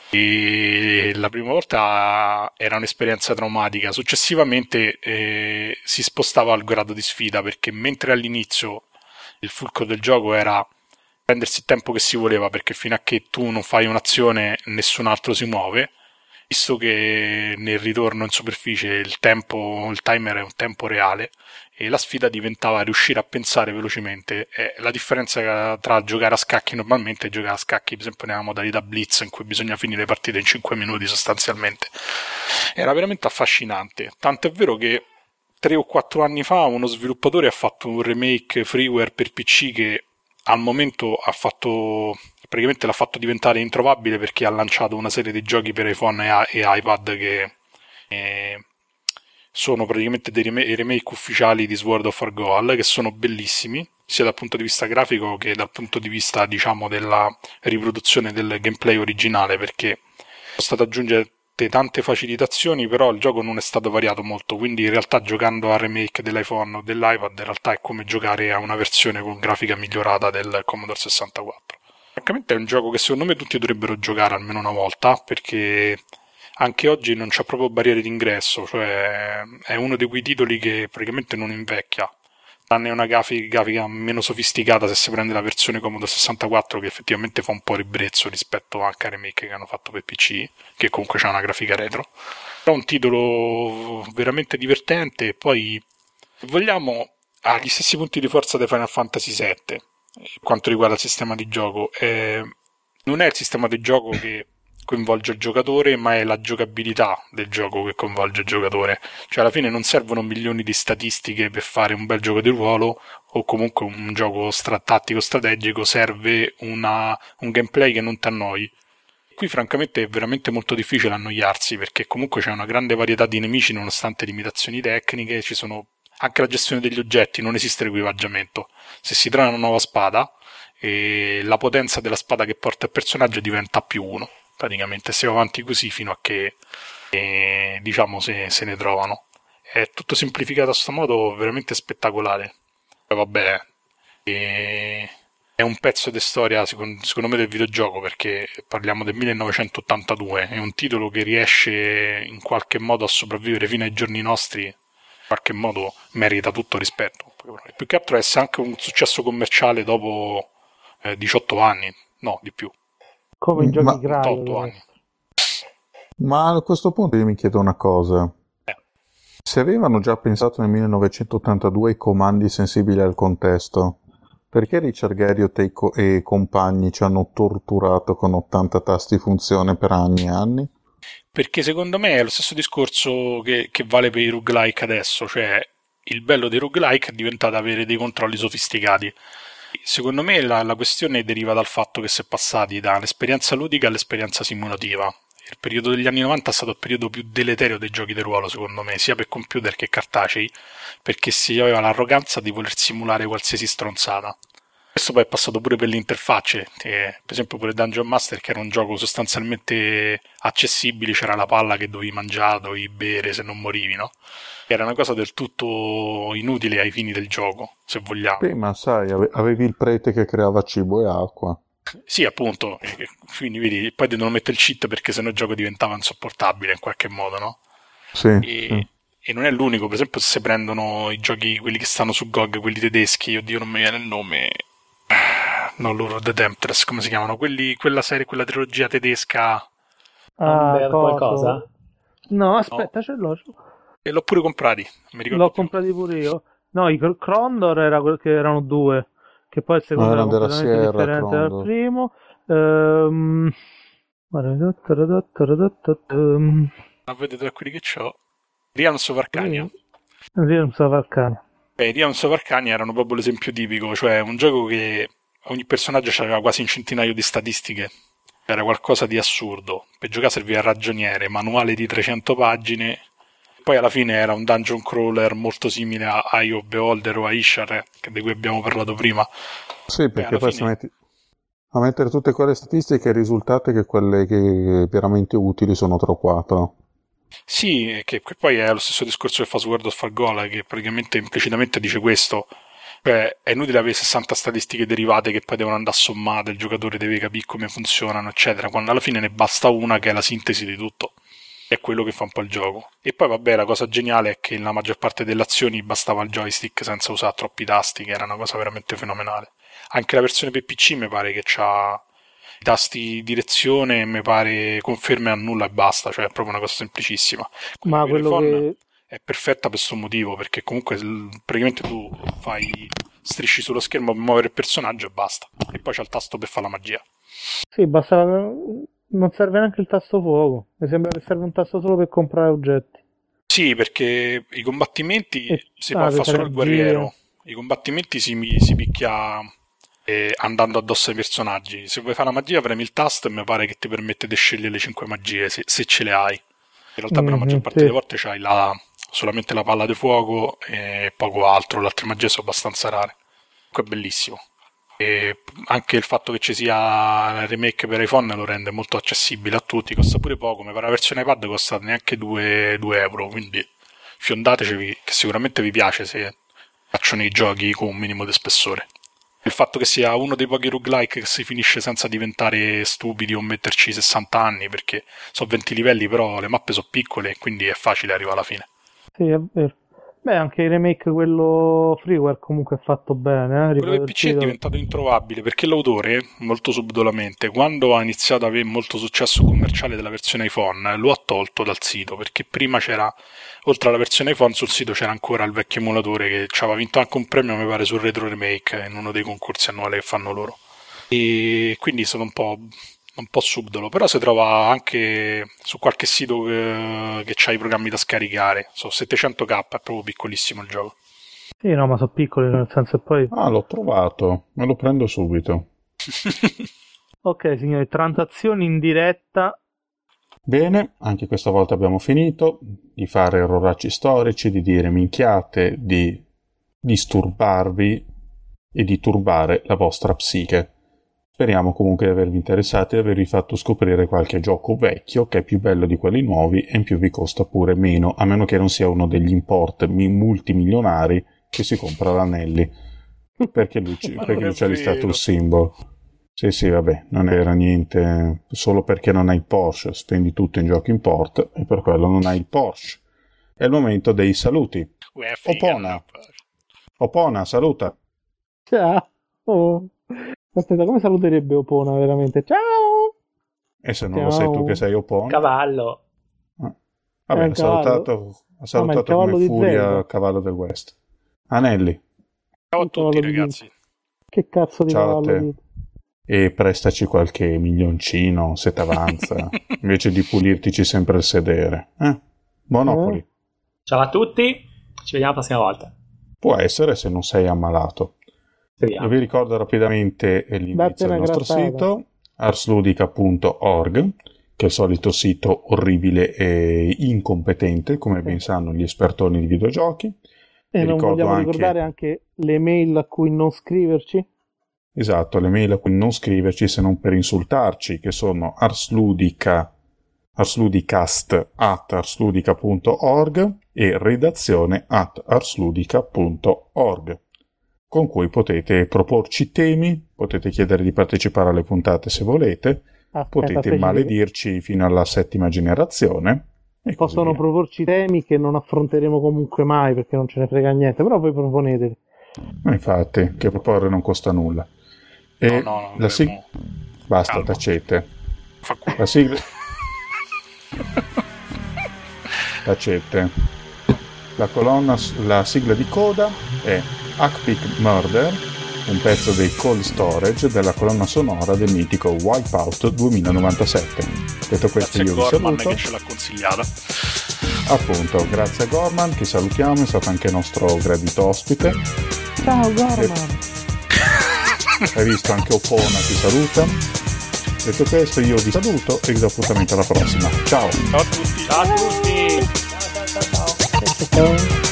E la prima volta era un'esperienza traumatica, successivamente si spostava al grado di sfida, perché mentre all'inizio il fulcro del gioco era prendersi il tempo che si voleva, perché fino a che tu non fai un'azione nessun altro si muove, visto che nel ritorno in superficie il timer è un tempo reale, e la sfida diventava riuscire a pensare velocemente. La differenza tra giocare a scacchi normalmente e giocare a scacchi per esempio nella modalità Blitz, in cui bisogna finire le partite in 5 minuti sostanzialmente, era veramente affascinante, tanto è vero che 3 o 4 anni fa uno sviluppatore ha fatto un remake freeware per PC che al momento praticamente l'ha fatto diventare introvabile, perché ha lanciato una serie di giochi per iPhone e iPad che sono praticamente dei remake ufficiali di Sword of Argol, che sono bellissimi sia dal punto di vista grafico che dal punto di vista diciamo della riproduzione del gameplay originale, perché sono state aggiunte tante facilitazioni, però il gioco non è stato variato molto, quindi in realtà giocando al remake dell'iPhone o dell'iPad in realtà è come giocare a una versione con grafica migliorata del Commodore 64. francamente è un gioco che secondo me tutti dovrebbero giocare almeno una volta, perché anche oggi non c'è proprio barriere d'ingresso, cioè è uno di quei titoli che praticamente non invecchia, tranne una grafica meno sofisticata se si prende la versione Commodore 64, che effettivamente fa un po' ribrezzo rispetto anche ai remake che hanno fatto per PC, che comunque c'ha una grafica retro. Però è un titolo veramente divertente, e poi, se vogliamo, ha gli stessi punti di forza di Final Fantasy VII quanto riguarda il sistema di gioco. Non è il sistema di gioco che coinvolge il giocatore, ma è la giocabilità del gioco che coinvolge il giocatore. Cioè alla fine non servono milioni di statistiche per fare un bel gioco di ruolo o comunque un gioco tattico strategico, serve un gameplay che non ti annoi. Qui francamente è veramente molto difficile annoiarsi, perché comunque c'è una grande varietà di nemici nonostante limitazioni tecniche, ci sono anche la gestione degli oggetti, non esiste l'equipaggiamento. Se si trova una nuova spada, la potenza della spada che porta il personaggio diventa +1. Praticamente si va avanti così fino a che diciamo se ne trovano. È tutto semplificato a sto modo veramente spettacolare. Poi vabbè, è un pezzo di storia secondo me del videogioco, perché parliamo del 1982, è un titolo che riesce in qualche modo a sopravvivere fino ai giorni nostri, in qualche modo merita tutto rispetto. Più che altro è anche un successo commerciale dopo 18 anni, no, di più. Come in giochi grandi. 8 anni. Ma a questo punto io mi chiedo una cosa. Se avevano già pensato nel 1982 ai comandi sensibili al contesto, perché Richard Garriott e compagni ci hanno torturato con 80 tasti funzione per anni e anni? Perché secondo me è lo stesso discorso che vale per i roguelike adesso, cioè il bello dei roguelike è diventato avere dei controlli sofisticati. Secondo me la questione deriva dal fatto che si è passati dall'esperienza ludica all'esperienza simulativa. Il periodo degli anni 90 è stato il periodo più deleterio dei giochi di ruolo, secondo me, sia per computer che cartacei, perché si aveva l'arroganza di voler simulare qualsiasi stronzata. Questo poi è passato pure per le interfacce, per esempio pure Dungeon Master, che era un gioco sostanzialmente accessibile, c'era la palla che dovevi mangiare, dovevi bere se non morivi, no? Era una cosa del tutto inutile ai fini del gioco, se vogliamo. Prima, sai, avevi il prete che creava cibo e acqua. Sì, appunto, quindi vedi, poi devono mettere il cheat perché sennò il gioco diventava insopportabile in qualche modo, no? Sì. E non è l'unico, per esempio se prendono i giochi, quelli che stanno su GOG, quelli tedeschi, oddio non mi viene il nome, no, loro The Temptress, come si chiamano? Quella serie, quella trilogia tedesca. Qualcosa? No, aspetta, no. Ce l'ho. E l'ho pure comprati, mi ricordo. L'ho comprati pure io. No, i Crondor che erano 2, che poi il secondo era completamente differente dal primo. Vedete quelli che c'ho. Realms of Arcania. Realms of Arcania. Realms of Arcania erano proprio l'esempio tipico, cioè un gioco che ogni personaggio aveva quasi un centinaio di statistiche. Era qualcosa di assurdo. Per giocare serviva il ragioniere, manuale di 300 pagine. Poi alla fine era un dungeon crawler molto simile a Eye of Beholder o a Ishar, di cui abbiamo parlato prima. Sì, perché poi fine... a mettere tutte quelle statistiche il risultato è che quelle che veramente utili sono 3 o 4. Sì, che poi è lo stesso discorso che fa su World of Warcraft, che praticamente implicitamente dice questo. Cioè, è inutile avere 60 statistiche derivate che poi devono andare sommate, il giocatore deve capire come funzionano, eccetera, quando alla fine ne basta una che è la sintesi di tutto. È quello che fa un po' il gioco. E poi vabbè, la cosa geniale è che nella maggior parte delle azioni bastava il joystick senza usare troppi tasti, che era una cosa veramente fenomenale. Anche la versione per PC mi pare che c'ha i tasti direzione, mi pare conferme, annulla e basta, cioè è proprio una cosa semplicissima. Ma quello che... è perfetta per questo motivo, perché comunque praticamente tu strisci sullo schermo per muovere il personaggio e basta. E poi c'è il tasto per fare la magia. Sì, basta... non serve neanche il tasto fuoco, mi sembra che serve un tasto solo per comprare oggetti. Sì, perché i combattimenti si può fare solo il guerriero, i combattimenti si picchia andando addosso ai personaggi. Se vuoi fare la magia premi il tasto e mi pare che ti permette di scegliere le 5 magie se ce le hai. In realtà per la maggior parte delle volte c'hai solamente la palla di fuoco e poco altro, le altre magie sono abbastanza rare. Comunque è bellissimo. E anche il fatto che ci sia il remake per iPhone lo rende molto accessibile a tutti, costa pure poco, mi pare la versione iPad costa neanche 2 euro, quindi fiondateci che sicuramente vi piace se piacciono i giochi con un minimo di spessore. Il fatto che sia uno dei pochi roguelike che si finisce senza diventare stupidi o metterci 60 anni, perché sono 20 livelli, però le mappe sono piccole e quindi è facile arrivare alla fine. Sì, è vero. Beh, anche il remake, quello freeware, comunque è fatto bene. Quello del PC è diventato introvabile perché l'autore, molto subdolamente, quando ha iniziato ad avere molto successo commerciale della versione iPhone, lo ha tolto dal sito, perché prima c'era, oltre alla versione iPhone, sul sito c'era ancora il vecchio emulatore che ci aveva vinto anche un premio, mi pare, sul Retro Remake, in uno dei concorsi annuali che fanno loro. E quindi sono un po' subdolo, però si trova anche su qualche sito che c'ha i programmi da scaricare. Sono 700k, è proprio piccolissimo il gioco. Sì, no, ma sono piccoli, nel senso che poi... Ah, l'ho trovato, me lo prendo subito. Ok, signori, transazioni in diretta. Bene, anche questa volta abbiamo finito di fare erroracci storici, di dire minchiate, di disturbarvi e di turbare la vostra psiche. Speriamo comunque di avervi interessati e avervi fatto scoprire qualche gioco vecchio che è più bello di quelli nuovi e in più vi costa pure meno, a meno che non sia uno degli import multimilionari che si compra l'Anelli, perché lui c'ha listato il symbol. Sì, vabbè, non era niente, solo perché non hai il Porsche, spendi tutto in giochi import e per quello non hai il Porsche. È il momento dei saluti. Opona, saluta. Ciao. Oh. Aspetta, come saluterebbe Opona veramente? Ciao! E se non lo sei tu che sei Opona? Cavallo. Vabbè, ha salutato come Furia Cavallo del West. Anelli. Ciao a tutti, ragazzi. Che cazzo di Ciao cavallo? a te. E prestaci qualche milioncino se t'avanza, invece di pulirtici sempre il sedere. Monopoli. Ciao a tutti, ci vediamo la prossima volta. Può essere se non sei ammalato. Speriamo. E vi ricordo rapidamente l'indirizzo del nostro sito, arsludica.org, che è il solito sito orribile e incompetente, come ben sanno gli espertoni di videogiochi. E non vogliamo ricordare anche le mail a cui non scriverci? Esatto, le mail a cui non scriverci se non per insultarci, che sono arsludica@arsludica.org e redazione@arsludica.org, con cui potete proporci temi, potete chiedere di partecipare alle puntate se volete, potete maledirci fino alla 7ª generazione. E possono proporci temi che non affronteremo comunque mai perché non ce ne frega niente, però voi proponeteli. Infatti, che proporre non costa nulla. E no, la sigla... Basta, calma. Tacete. La sigla... Tacete. La sigla di coda è Hackpick Murder, un pezzo dei Cold Storage della colonna sonora del mitico Wipeout 2097. Detto questo, grazie io vi Gorman saluto. Che ce l'ha consigliata. Appunto, grazie a Gorman, che salutiamo, è stato anche nostro gradito ospite. Ciao Gorman! Hai visto, anche Opona ti saluta. Detto questo, io vi saluto e vi do appuntamento alla prossima. Ciao! Ciao a tutti! Ciao a tutti! Ciao.